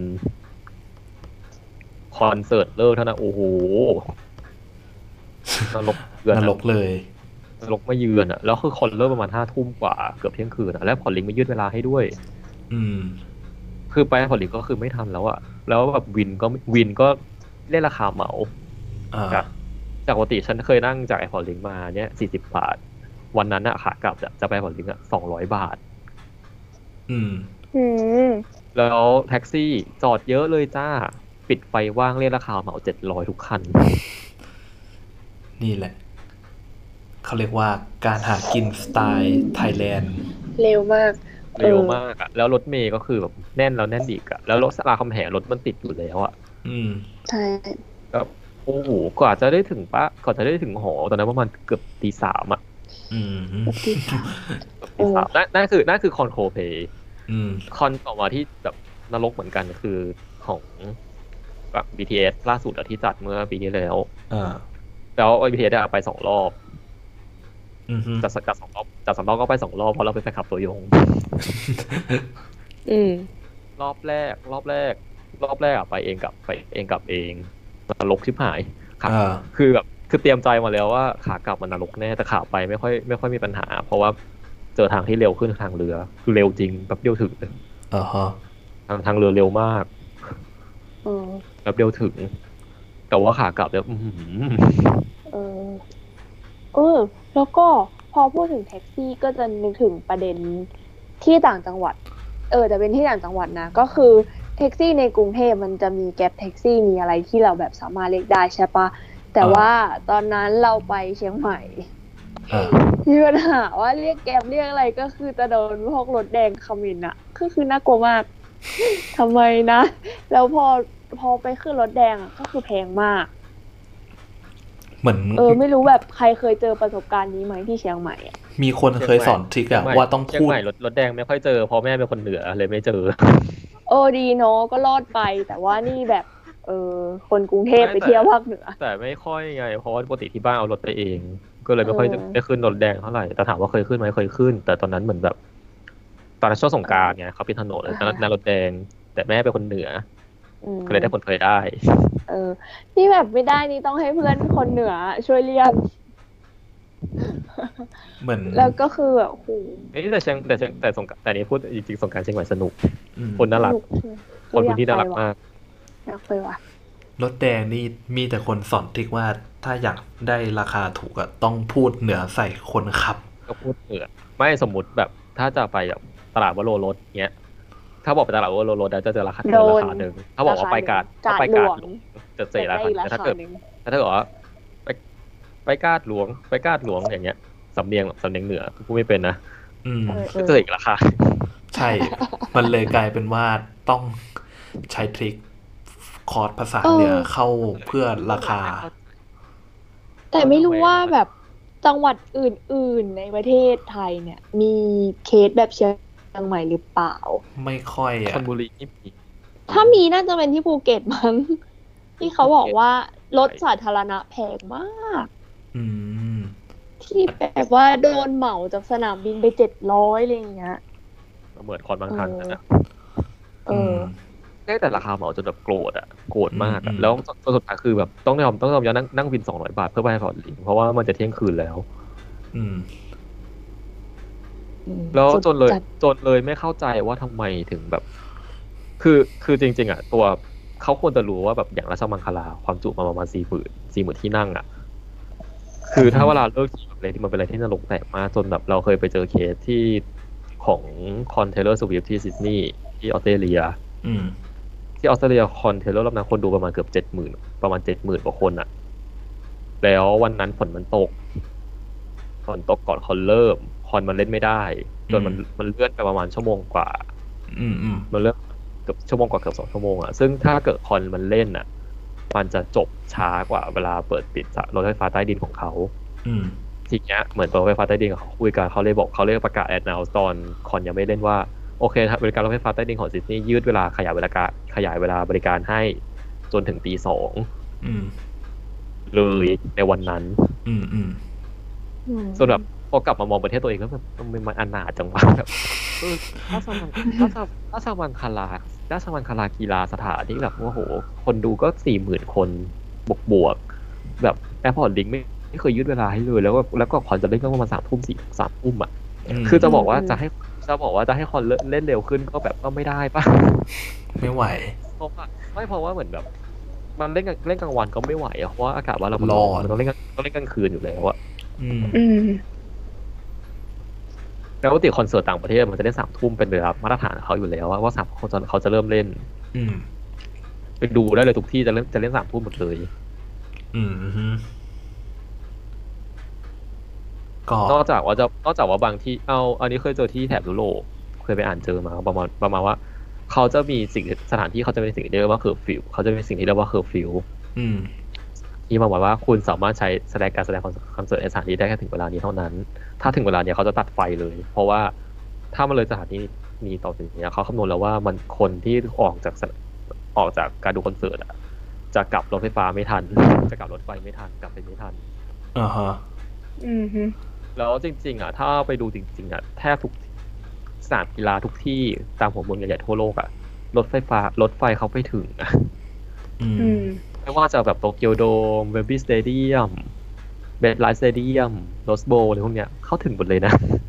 Speaker 3: คอนเสิร์ตเลิกเท่านั้นโอ้โหนรกเดือนน
Speaker 1: รกเลย
Speaker 3: นรกไม่เยือนอ่ะแล้วคือคอนเลิกประมาณห้าทุ่มกว่าเกือบเที่ยงคืนอ่ะแล้วพอลิงก์ไม่ยืดเวลาให้ด้วย
Speaker 1: อืม
Speaker 3: คือไปพอลิงก์ก็คือไม่ทันแล้วอ่ะแล้วแบบวินก็วินก็เล่นราคาเหมาจากจากปกติฉันเคยนั่งจากไอพอลิงก์มาเนี่ยสี่สิบบาทวันนั้นอะขากลับจะไปพอลิงก์อะสองร้อยบาท
Speaker 1: อืม
Speaker 2: อืม
Speaker 3: แล้วแท็กซี่จอดเยอะเลยจ้าปิดไฟว่างเรียกราคาเหมาเจ็ดร้อยทุกคัน
Speaker 1: นี่แหละเขาเรียกว่าการหากินสไตล์ไทยแลนด์
Speaker 2: เร็วมาก
Speaker 3: เร็วมากอ่ะแล้วรถเมย์ก็คือแบบแน่นแล้วแน่นอีกอ่ะแล้วรถรามคำแหงรถมันติดอยู่แล้วอ่ะ
Speaker 1: อืม
Speaker 2: ใช่
Speaker 3: ก็โอ้โหกว่าจะได้ถึงปะกว่าจะได้ถึงหอตอนนั้นประมาณเกือบตีสามอ่ะ
Speaker 1: อืม
Speaker 2: ตีสาม
Speaker 3: ตีสามนั่นคือนั่นคือคอนโคเพย์
Speaker 1: อืม
Speaker 3: คอนต่อมาที่แบบนรกเหมือนกันคือของแบบ บี ที เอส ล่าสุดที่จัดเมื่อปีที่แล้ว
Speaker 1: อ่า
Speaker 3: แล้ว บี ที เอส ได้ไปสองรอบ
Speaker 1: อือฮึ
Speaker 3: จัดจัดสองรอบจัดสองรอบก็ไปสองรอบเพราะเราไปแฟนคลับตัวยง
Speaker 2: อืม
Speaker 3: รอบแรกรอบแรกรอบแรกอะไปเองกับไปเองกับเองนรกชิบหายครับคือแบบคือเตรียมใจมาแล้วว่าขากลับมันนรกแน่แต่ขาไปไม่ค่อยไม่ค่อยมีปัญหาเพราะว่าเจอทางที่เร็วขึ้นทางเรือคือเร็วจริงแบบเดียวถึงเลย
Speaker 1: อ่าฮะ
Speaker 3: ทางทางเรือเร็วมาก
Speaker 2: อืม
Speaker 3: แบบเดียวถึงแต่ว่าขากลับเนี่ย
Speaker 2: เออเออแล้วก็พอพูดถึงแท็กซี่ก็จะนึกถึงประเด็นที่ต่างจังหวัดเออแต่เป็นที่ต่างจังหวัดนะก็คือแท็กซี่ในกรุงเทพมันจะมีแก๊ปแท็กซี่มีอะไรที่เราแบบสามารถเรียกได้ใช่ปะแต่ว่าตอนนั้นเราไปเชียงใหม่มีปัญหาว่าเรียกแก๊ปเรียกอะไรก็คือจะโดนพวกรถแดงคอมมินอะก็คือน่ากลัวมากทำไมนะแล้วพอพอไปขึ้นรถแดงอะก็คือแพงมาก
Speaker 1: เหมือน
Speaker 2: เออไม่รู้แบบใครเคยเจอประสบการณ์นี้ไหมที่เชียงใหม่อ่ะ
Speaker 1: มีคนเคยสอนทริคอะว่าต้องพูด
Speaker 3: รถรถแดงไม่ค่อยเจอเพราะแม่เป็นคนเหนือเลยไม่เจอ
Speaker 2: โอ้ดีเนาะก็รอดไปแต่ว่านี่แบบเออคนกรุงเทพไปเที่ยวภาคเหนือ
Speaker 3: แต่ไม่ค่อยไงเพราะว่าปกติที่บ้านเอารถไปเองก็เลยไม่ค่อยได้ขึ้นรถแดงเท่าไหร่แต่ถามว่าเคยขึ้นไหมเคยขึ้นแต่ตอนนั้นเหมือนแบบตอนนั้นช่วงสงกรานต์ไงเขาปิดถนนเลยนั่นรถแดงแต่แม่เป็นคนเหนือก็เลยได้คนเคยได้
Speaker 2: เออนี่แบบไม่ได้นี่ต้องให้เพื่อนคนเหนือช่วยเรียก
Speaker 1: เหมือน
Speaker 2: แล้วก็คือแบบโอ้โห
Speaker 3: แต่เชียงแต่แต่สงแต่นี้พูดจริงๆสงกรานต์เชียงใหม่สนุกคนน่ารักคนพื้นที่น่ารักมาก
Speaker 2: อยากไปว่ะ
Speaker 1: รถแดงนี่มีแต่คนสอนทริคว่าถ้าอยากได้ราคาถูกอะต้องพูดเหนือใส่คนขับ
Speaker 3: ก็พูดเหนือไม่สมมุติแบบถ้าจะไปแบบตลาดวโรรสเงี้ยถ้าบอกไปตลาดวโรรสแล้วจะเจอราคาราคาหนึ่งถ้าบอกว่าไปกาดถ้าไปกาดจะเจอราคาแต่ถ้าเกิดถ้าเกิดว่าไปไปกาดหลวงไปกาดหลวงอย่างเงี้ยสำเนียงสำเนียงเหนือพูดไม่เป็นนะก็เจออีกราคา
Speaker 1: ใช่มันเลยกลายเป็นว่าต้องใช้ทริคคอร์สภาษาเหนือเข้าเพื่อราคา
Speaker 2: แต่ไม่รู้ว่าแบบจังหวัดอื่นๆในประเทศไทยเนี่ยมีเคสแบบเชียงใหม่หรือเปล่า
Speaker 1: ไม่ค่อยอ่ะ
Speaker 3: ชลบุรีนี่มี
Speaker 2: ถ้ามีน่าจะเป็นที่ภูเก็ตมั้งที่เขาบอกว่ารถสาธารณะแพงมาก
Speaker 1: อืม
Speaker 2: ที่แบบว่าโดนเหมาจากสนามบินไปเจ็ดร้อยอะไรอย่างเงี้ย
Speaker 3: เหมือนคอนบางทันนะ
Speaker 2: เออ
Speaker 3: ได้แต่ราคาเหมาจนแบบโกรธอ่ะโกรธมากอ่ะแล้วสุดท้ายคือแบบต้องยอมต้องยอมยอมนั่งนั่งวินสองร้อยบาทเพื่อไปพอร์ตลิงเพราะว่ามันจะเที่ยงคืนแล้ว
Speaker 1: อืม
Speaker 3: แล้วจนเลยจนเลยไม่เข้าใจว่าทำไมถึงแบบคือคือจริงๆอ่ะตัวเขาควรจะรู้ว่าแบบอย่างราชมังคลาความจุประมาณสี่หมื่นสี่หมื่นที่นั่งอ่ะคือถ้าเวลาเลิกขี่แบบอะไรที่มันเป็นอะไรที่นรกแตกมากจนแบบเราเคยไปเจอเคสที่ของคอนเทเลอร์สวิฟที่ซิดนีย์ที่ออสเตรเลียที่ออสเตรเลียคอนเทเลอร์รอบนั้นคนดูประมาณเกือบเจ็ดหมื่นประมาณเจ็ดหมื่นกว่าคนอ่ะแล้ววันนั้นฝนมันตกฝนตกก่อนคอนเริ่มคอนมันเล่นไม่ได้จนมันมันเลื่อนไปประมาณชั่วโมงกว่า
Speaker 1: อืมอืม
Speaker 3: มันเลื่อนเกือบชั่วโมงกว่าเกือบสองชั่วโมงอ่ะซึ่งถ้าเกิดคอนมันเล่นอ่ะมันจะจบช้ากว่าเวลาเปิดปิดรถไฟฟ้าใต้ดินของเขา
Speaker 1: อืม
Speaker 3: ทีเนี้ยเหมือนรถไฟฟ้าใต้ดินเขาคุยกันเขาเลยบอกเขาเลยประกาศแอดนาวตอนคอนยังไม่เล่นว่าโอเคครับบริการรถไฟฟ้าใต้ดินของซิดนีย์ยืดเวลาขยายเวลาการขยายเวลาบริการให้จนถึงตีสอง
Speaker 1: อืม
Speaker 3: เลยในวันนั้น
Speaker 1: อืมอืม
Speaker 2: อืม
Speaker 3: ส่วนแบบพอกลับมามองประเทศตัวเองแล้วแบบทำไมมันอนาถจังวะแบบเออราชมังราชราชมังคลาราชมังคลากีฬาสถานที่แบบโอ้โห คนดูก็สี่หมื่นคนบวกบวกๆแบบแอร์พอร์ตลิงไม่ไม่เคยยืดเวลาให้เลยแล้วก็แล้วก็คอนจะเล่นก็ประมาณสามทุ่มสี่สามทุ่มอ่ะ
Speaker 1: ม
Speaker 3: คือจะบอกว่าจะให้จะบอกว่าจะให้คอนเล่นเร็วขึ้นก็แบบก็ไม่ได้ป่ะ
Speaker 1: ไม่ไหว
Speaker 3: เพราะว่าไม่เพราะว่าเหมือนแบบ มันเล่นเล่นกลางวันก็ไม่ไหวอะเพราะว่าอากาศว่านเรามัน
Speaker 1: ร้อน
Speaker 3: มันต้องเล่นกลางต้องเล่นกลางคืนอยู่แล้วอะ
Speaker 1: อืม
Speaker 2: อืม
Speaker 3: แล้วปกติคอนเสิร์ตต่างประเทศมันจะเล่นสามทุ่มเป็นเวลามาตรฐานของเขาอยู่แล้วว่าสามเขาจะเขาจะเริ่มเล่น
Speaker 1: อืม
Speaker 3: ไปดูได้เลยทุกที่จะเล่นจะเล่นสามทุ่มหมดเลย
Speaker 1: อืมอืมก็
Speaker 3: นอกจากว่าจะนอกจากว่าบางที่เอาอันนี้เคยเจอที่แถบยุโรปเคยไปอ่านเจอมาประมาณประมาณว่า เขาจะมีสิ่งสถานที่เขาจะมีสิ่งที่เรียกว่าเคอร์ฟิวเขาจะมีสิ่งที่เรียกว่าเคอร์ฟิว
Speaker 1: อืม
Speaker 3: ที่มาบอกว่าคุณสามารถใช้แสดงการแสดงคอนเสิร์ตในสถานที่ได้แค่ถึงเวลานี้เท่านั้น ถ้าถึงเวลาเนี้ยเขาจะตัดไฟเลย เพราะว่าถ้ามันเลยสถานที่นี้ต่อจากนี้เขาคำนวณแล้วว่ามันคนที่ออกจากสนออกจากการดูคอนเสิร์ตอะจะกลับรถไฟฟ้าไม่ทัน จะกลับรถไฟไม่ทันกลับไปไม่ทัน
Speaker 1: อ่าฮะ
Speaker 2: อืมฮึ
Speaker 3: แล้วจริงๆอ่ะถ้าไปดูจริงๆอ่ะแทบทุกสนามกีฬาทุกที่ตามหัวเมืองใหญ่ๆทั่วโลกอ่ะรถไฟฟ้ารถไฟเขาไปถึงอ่ะ
Speaker 1: อืม
Speaker 2: อืม
Speaker 3: ไม่ว่าจะแบบโตเกียวโดมเวมบลีย์สเตเดียมเบดไลท์สเตเดียมโรสโบว์อะไรพวกเนี้ยเข้าถึงหมดเลยนะ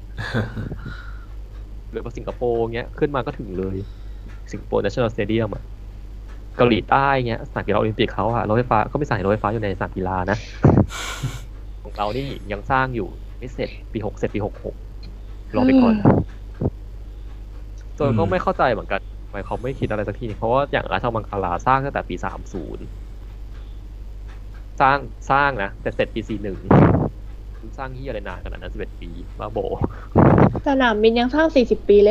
Speaker 3: หรือว่าสิงคโปร์เงี้ยขึ้นมาก็ถึงเลยสิงคโปร์ National Stadium อ่ะเกาหลีใต้เงี้ยสนามกีฬาโอลิมปิกเขาอ่ะรถไฟฟ้าก็ไม่สายรถไฟฟ้าอยู่ในสนามกีฬานะ ของเรานี่ยังสร้างอยู่ไม่เสร็จปีหกเสร็จปีหกหกรอไปก่อนจนก็ไม่เข้าใจเหมือนกันทำไมเขาไม่คิดอะไรสักทีเพราะว่าอย่างราชมังคลาสร้างตั้งแต่ปีสามสิบสร้างสร้างนะแต่เสร็จปีสี่สิบเอ็ดสร้างที่อะไรนานขนาดนั้นสิบเอ็ดปีบ้าโบ
Speaker 2: สนามบินยังสร้างสี่สิบปีเลย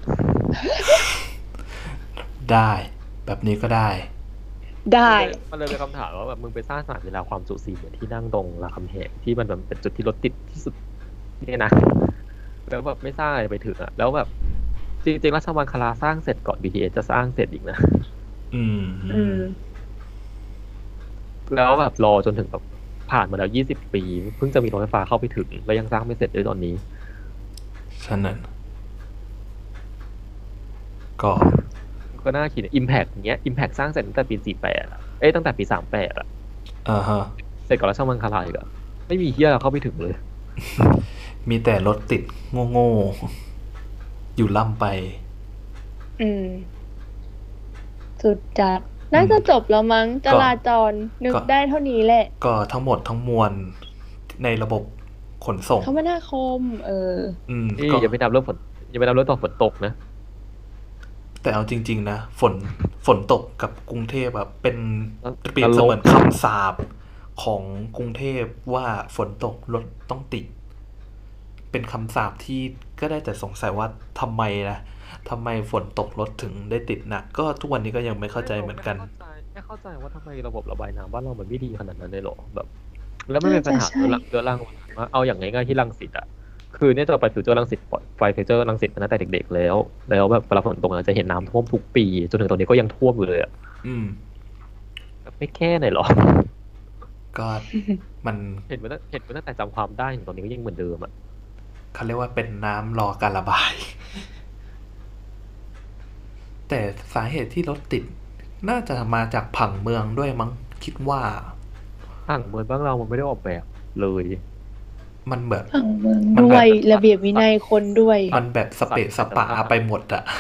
Speaker 1: ได้ แบบนี้ก็ได้
Speaker 2: ได้
Speaker 3: มันเลยเป็นคำถามว่าแบบมึงไปสร้างสนามกีฬาความจุสี่เหมือนที่นั่งตรงรามคำแหงที่มันแบบเป็นจุดที่รถติดที่สุดเนี่ยนะแล้วแบบไม่สร้างอะไรไปถึงอ่ะแล้วแบบจริงๆราชมังคลาสร้างเสร็จก่อน บี ที เอส จะสร้างเสร็จอีกนะ
Speaker 1: อืม
Speaker 2: อืม
Speaker 3: แล้วแบบรอจนถึงแบบผ่านมาแล้วยี่สิบปีเพิ่งจะมีรถไฟฟ้าเข้าไปถึงแล้วยังสร้างไม่เสร็จด้วยตอนนี้
Speaker 1: ฉะนั้น ก็
Speaker 3: ก็น่าคิดอิมแพกอย่างเงี้ยอิมแพกสร้างเสร็จตั้งแต่ปีสี่สิบแปดอ่ะเอ้ยตั้งแต่ปีสามสิบแปดอ่ะ
Speaker 1: อ่าฮะ
Speaker 3: เสร็จก่อนราชมังคลาอีกอ่ะไม่มีเฮียอะไรเข้าไปถึงเลย
Speaker 1: มีแต่รถติดโง่ๆ อยู่ล่ำไป
Speaker 2: อืม สุดจัด น่าจะจบแล้วมั้งจราจรนึก
Speaker 1: ก็
Speaker 2: ได้เท่านี้แหละ
Speaker 1: ก็ทั้งหมดทั้งมวลในระบบขนส่ง
Speaker 2: คมนาคม เออ
Speaker 1: อืม
Speaker 3: นี่
Speaker 1: ก็
Speaker 3: ยังไม่นับเรื่องฝนยังไม่นับเรื่องตอนฝนตกนะ
Speaker 1: แต่เอาจริง ๆ นะ ฝน ฝนตกกับกรุงเทพแบบเป็น
Speaker 3: แล้ว
Speaker 1: เปรียบเสมือน
Speaker 3: แล้ว
Speaker 1: คำสาปของกรุงเทพว่าฝนตกรถต้องติด เป็นคำสาปที่ก็ได้แต่สงสัยว่าทำไมนะทำไมฝนตกรถถึงได้ติดหนัก ก็ทุกวันนี้ก็ยังไม่เข้าใจเหมือนกัน
Speaker 3: ไม่เข้าใจไม่เข้าใจว่าทำไมระบบระบายน้ำบ้านเรามันไม่ดีขนาดนั้นเลยเหรอแบบ แล้วไม่เป็นปัญหา
Speaker 2: น่าจะใช่
Speaker 3: เรื้อรังเรื้อรังว่าเอาอย่างง่ายๆที่รังสิตอ่ะคือเนี่ยจะไปฟิวเจอร์รังสิตไปฟิวเจอร์รังสิตมาตั้งแต่เด็กๆแล้ว แล้วแบบเวลาฝนตกอะจะเห็นน้ำท่วมทุกปีจนถึงตอนนี้ก็ยังท่วมอยู่เลยอ่ะ
Speaker 1: อืม
Speaker 3: แบบไม่แค่ไหนหรอ
Speaker 1: ก็มัน
Speaker 3: เห็นมาตั้งเห็นมาตั้งแต่จำความได้ถึงตอนนี้ก็ยังเหมือนเดิมอ่ะ
Speaker 1: เขาเรียกว่าเป็นน้ำรอการระบาย แต่สาเหตุที่รถติด น่าจะมาจากผังเมืองด้วยมั้งคิดว่า
Speaker 3: ห่างเมืองบ้านเรามันไม่ได้ออกแบบเลย
Speaker 1: มันแบบ
Speaker 2: ผังเมือง
Speaker 1: มัน
Speaker 2: ด้
Speaker 1: แบบ
Speaker 2: วยระเบียบวินัยคนด้วย
Speaker 1: มันแบบสเปะสปะไปหมดอะ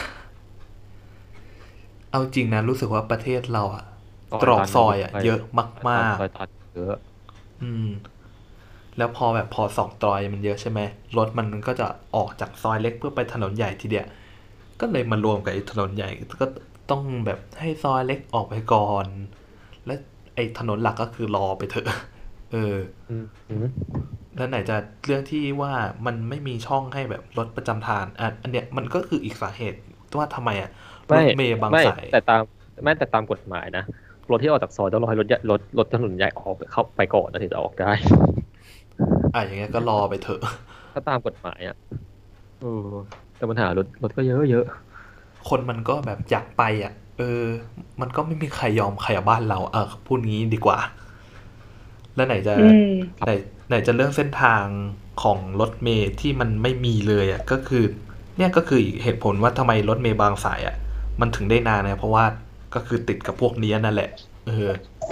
Speaker 1: เอาจริงนะรู้สึกว่าประเทศเราอะตรอกซอยอะเยอะมาก
Speaker 3: ซอยตัดเยอะ
Speaker 1: ๆ อืม แล้วพอแบบพอสองตรอยมันเยอะใช่ไหมรถมันก็จะออกจากซอยเล็กเพื่อไปถนนใหญ่ทีเดียวก็เลยมารวมกับไอ้ถนนใหญ่ก็ต้องแบบให้ซอยเล็กออกไปก่อน และไอ้ถนนหลักก็คือรอไปเถอะ เออ
Speaker 3: อืมอืม
Speaker 1: แล้วไหนจะเรื่องที่ว่ามันไม่มีช่องให้แบบรถประจำทางอ่ะอันเนี้ยมันก็คืออีกสาเหตุว่าทำไมอ่ะร
Speaker 3: ไม่
Speaker 1: ถเมย์บาง
Speaker 3: ไม่
Speaker 1: สาย
Speaker 3: แต่ตามไม่แต่ตามกฎหมายนะรถที่ออกจากซอยต้องรอให้รถใหญ่รถรถถนนใหญ่ออกเข้าไปก่อนนะถึงจะออกได้
Speaker 1: อ่ะอย่างเงี้ยก็รอไปเถอะ
Speaker 3: ถ้าตามกฎหมายอ่ะเออแต่ปัญหารถรถก็เยอะเยอะ
Speaker 1: คนมันก็แบบอยากไปอ่ะ เออ มันก็ไม่มีใครยอมใครอะบ้านเรา เออพูดงี้ดีกว่า แล้วไหนจะ
Speaker 2: อืม
Speaker 1: ไหนไหนจะเรื่องเส้นทางของรถเมล์ที่มันไม่มีเลยอ่ะก็คือ เนี่ยก็คืออีกเหตุผลว่าทำไมรถเมล์บางสายอ่ะมันถึงได้นานนะเพราะว่าก็คือติดกับพวกนี้นั่นแหละ เออ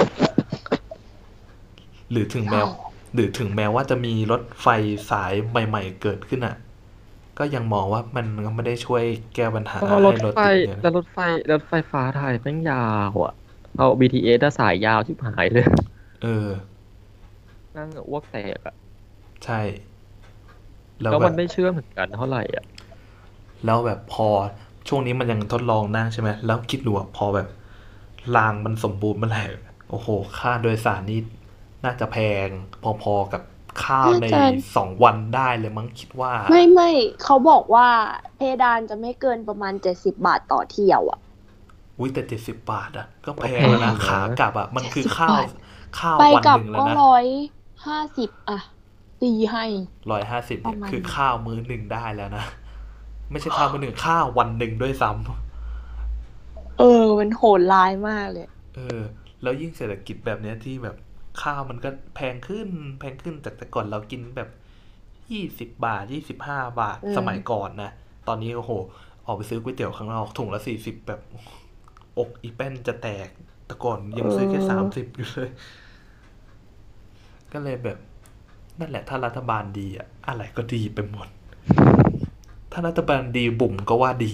Speaker 1: หรือถึงแม้
Speaker 2: ใช่
Speaker 1: หรือถึงแม้ว่าจะมีรถไฟสายใหม่ๆเกิดขึ้นอ่ะก็ยังมองว่ามันก็ไม่ได้ช่วยแก้ปัญหา
Speaker 3: แล้วร
Speaker 1: ให้รถ
Speaker 3: ถไฟ
Speaker 1: ติดเนี่ยนะ
Speaker 3: แล้วรถไฟรถไฟฟ้าไทยแม่งยาวอ่ะเอา บี ที เอส อะสายยาวชิบหายเลย
Speaker 1: เออ
Speaker 3: นั่งอ้วกแตกอ่ะ
Speaker 1: ใช่แล้ว
Speaker 3: แล้ว
Speaker 1: แบบ
Speaker 3: มันไม่เชื่อมถึงกันเท่าไหร่อ่ะ
Speaker 1: แล้วแบบพอช่วงนี้มันยังทดลองนั่งใช่ไหมแล้วคิดดูอะพอแบบรางมันสมบูรณ์เมื่อไหร่โอ้โหค่าโดยสารนี่น่าจะแพงพอๆกับข้าวใน
Speaker 2: น่าจะ
Speaker 1: สองวันได้เลยมั้งคิดว่า
Speaker 2: ไม่ไม่เขาบอกว่าเพดานจะไม่เกินประมาณเจ็ดสิบบาทต่อเที่ยวอ่ะ
Speaker 1: อุ้ยแต่เจ็ดสิบบาทอะก็แพ
Speaker 3: ก็แพ
Speaker 1: งแล้วนะ
Speaker 3: งนะ
Speaker 1: ขากลับอะมัน
Speaker 2: เจ็ด
Speaker 1: คือข้าว
Speaker 2: สิบบาท
Speaker 1: ข้าว
Speaker 2: ไป
Speaker 1: วัน
Speaker 2: กลับก็
Speaker 1: หนึ่งแล้วนะ
Speaker 2: ร้อยห้าสิบอ่ะตีให้
Speaker 1: ร้อยห้าสิบ
Speaker 2: ประ
Speaker 1: เนี่ยคือ
Speaker 2: มาณนี้
Speaker 1: ข้าวมื้อหนึ่งได้แล้วนะไม่ใช่ข้าวมื้อหนึ่งข้าววันหนึ่งด้วยซ้ำ
Speaker 2: เออมันโหดร้ายมากเลย
Speaker 1: เออแล้วยิ่งเศรษฐกิจแบบเนี้ยที่แบบข้าวมันก็แพงขึ้นแพงขึ้นจากแต่ก่อนเรากินแบบยี่สิบบาทยี่สิบห้าบาท
Speaker 2: อื
Speaker 1: สมัย
Speaker 2: ม
Speaker 1: ก่อนนะตอนนี้โอ้โหออกไปซื้อก๋วยเตี๋ยวข้างนอกถุงละสี่สิบแบบอกอีแป้นจะแตกแต่ก่อน
Speaker 2: เ
Speaker 1: ยังซื้อแค่สาม
Speaker 2: ออ
Speaker 1: สิบอยู่เลยก็เลยแบบนั่นแหละถ้ารัฐบาลดีอะอะไรก็ดีไปหมดถ้ารัฐบาลดีบุ๋มก็ว่าดี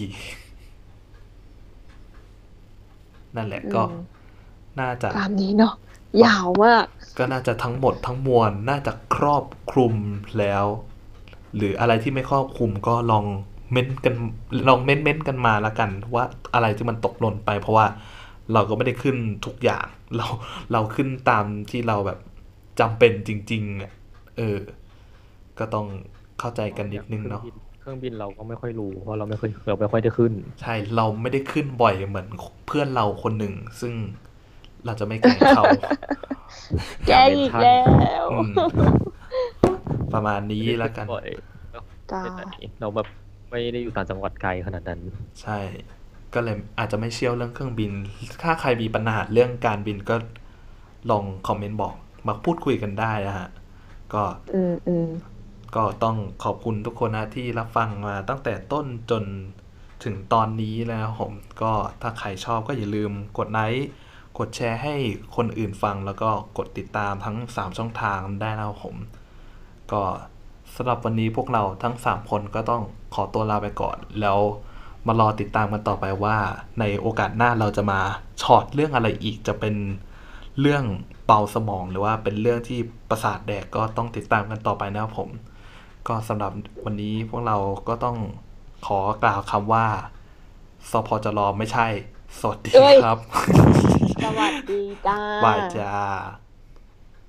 Speaker 1: นั่นแหละ
Speaker 2: อื
Speaker 1: ก็
Speaker 2: ม
Speaker 1: น่าจะ
Speaker 2: ตามนี้เนาะยาวมาก
Speaker 1: ก็น่าจะทั้งหมดทั้งมวลน่าจะครอบคลุมแล้วหรืออะไรที่ไม่ครอบคลุมก็ลองเม้นกันลองเม้นเม้นกันมาละกันว่าอะไรที่มันตกหล่นไปเพราะว่าเราก็ไม่ได้ขึ้นทุกอย่างเราเราขึ้นตามที่เราแบบจำเป็นจริงๆอ่ะเออก็ต้องเข้าใจกันนิ
Speaker 3: อย่าง
Speaker 1: ดนึงเนาะ
Speaker 3: เครื่องบินเครื่องบินเราก็ไม่ค่อยรู้เพราะเราไม่ค่อยเราไม่ค่อยได้ขึ้น
Speaker 1: ใช่เราไม่ได้ขึ้นบ่อยเหมือนเพื่อนเราคนหนึ่งซึ่งเราจะไม่แกล้งเขา
Speaker 2: แก
Speaker 3: อย่าเมน
Speaker 2: อีก
Speaker 3: ชั่น
Speaker 2: แล้ว
Speaker 1: อืมประมาณนี้
Speaker 3: ไม่ได้ขึ้
Speaker 1: แล้วกัน
Speaker 3: นบ่อยก็
Speaker 2: จ้า
Speaker 3: เป็นไหนเราแบบไม่ได้อยู่ต่างจังหวัดไกลขนาดนั้น
Speaker 1: ใช่ ก็เลยอาจจะไม่เชี่ยวเรื่องเครื่องบิน ถ้าใครมีปัญหาเรื่องการบินก็ลองคอมเมนต์บอกมาพูดคุยกันได้นะฮะ ก็
Speaker 2: อืมอืม
Speaker 1: ก็ต้องขอบคุณทุกคนนะที่รับฟังมาตั้งแต่ต้นจนถึงตอนนี้แล้วผม ก็ถ้าใครชอบก็อย่าลืมกดไลค์กดแชร์ให้คนอื่นฟังแล้วก็กดติดตามทั้งสามช่องทางได้นะครับผม ก็สำหรับวันนี้พวกเราทั้งสามคนก็ต้องขอตัวลาไปก่อนแล้วมารอติดตามกันต่อไปว่าในโอกาสหน้าเราจะมาช็อตเรื่องอะไรอีกจะเป็นเรื่องเบาสมองหรือว่าเป็นเรื่องที่ประสาทแดกก็ต้องติดตามกันต่อไปนะครับผมก็สำหรับวันนี้พวกเราก็ต้องขอกล่าวคำว่าสพจรไม่ใช่สวัสดี
Speaker 2: เอ้ย
Speaker 1: ครับ
Speaker 2: สวัสดีจ้า
Speaker 1: บายจ้า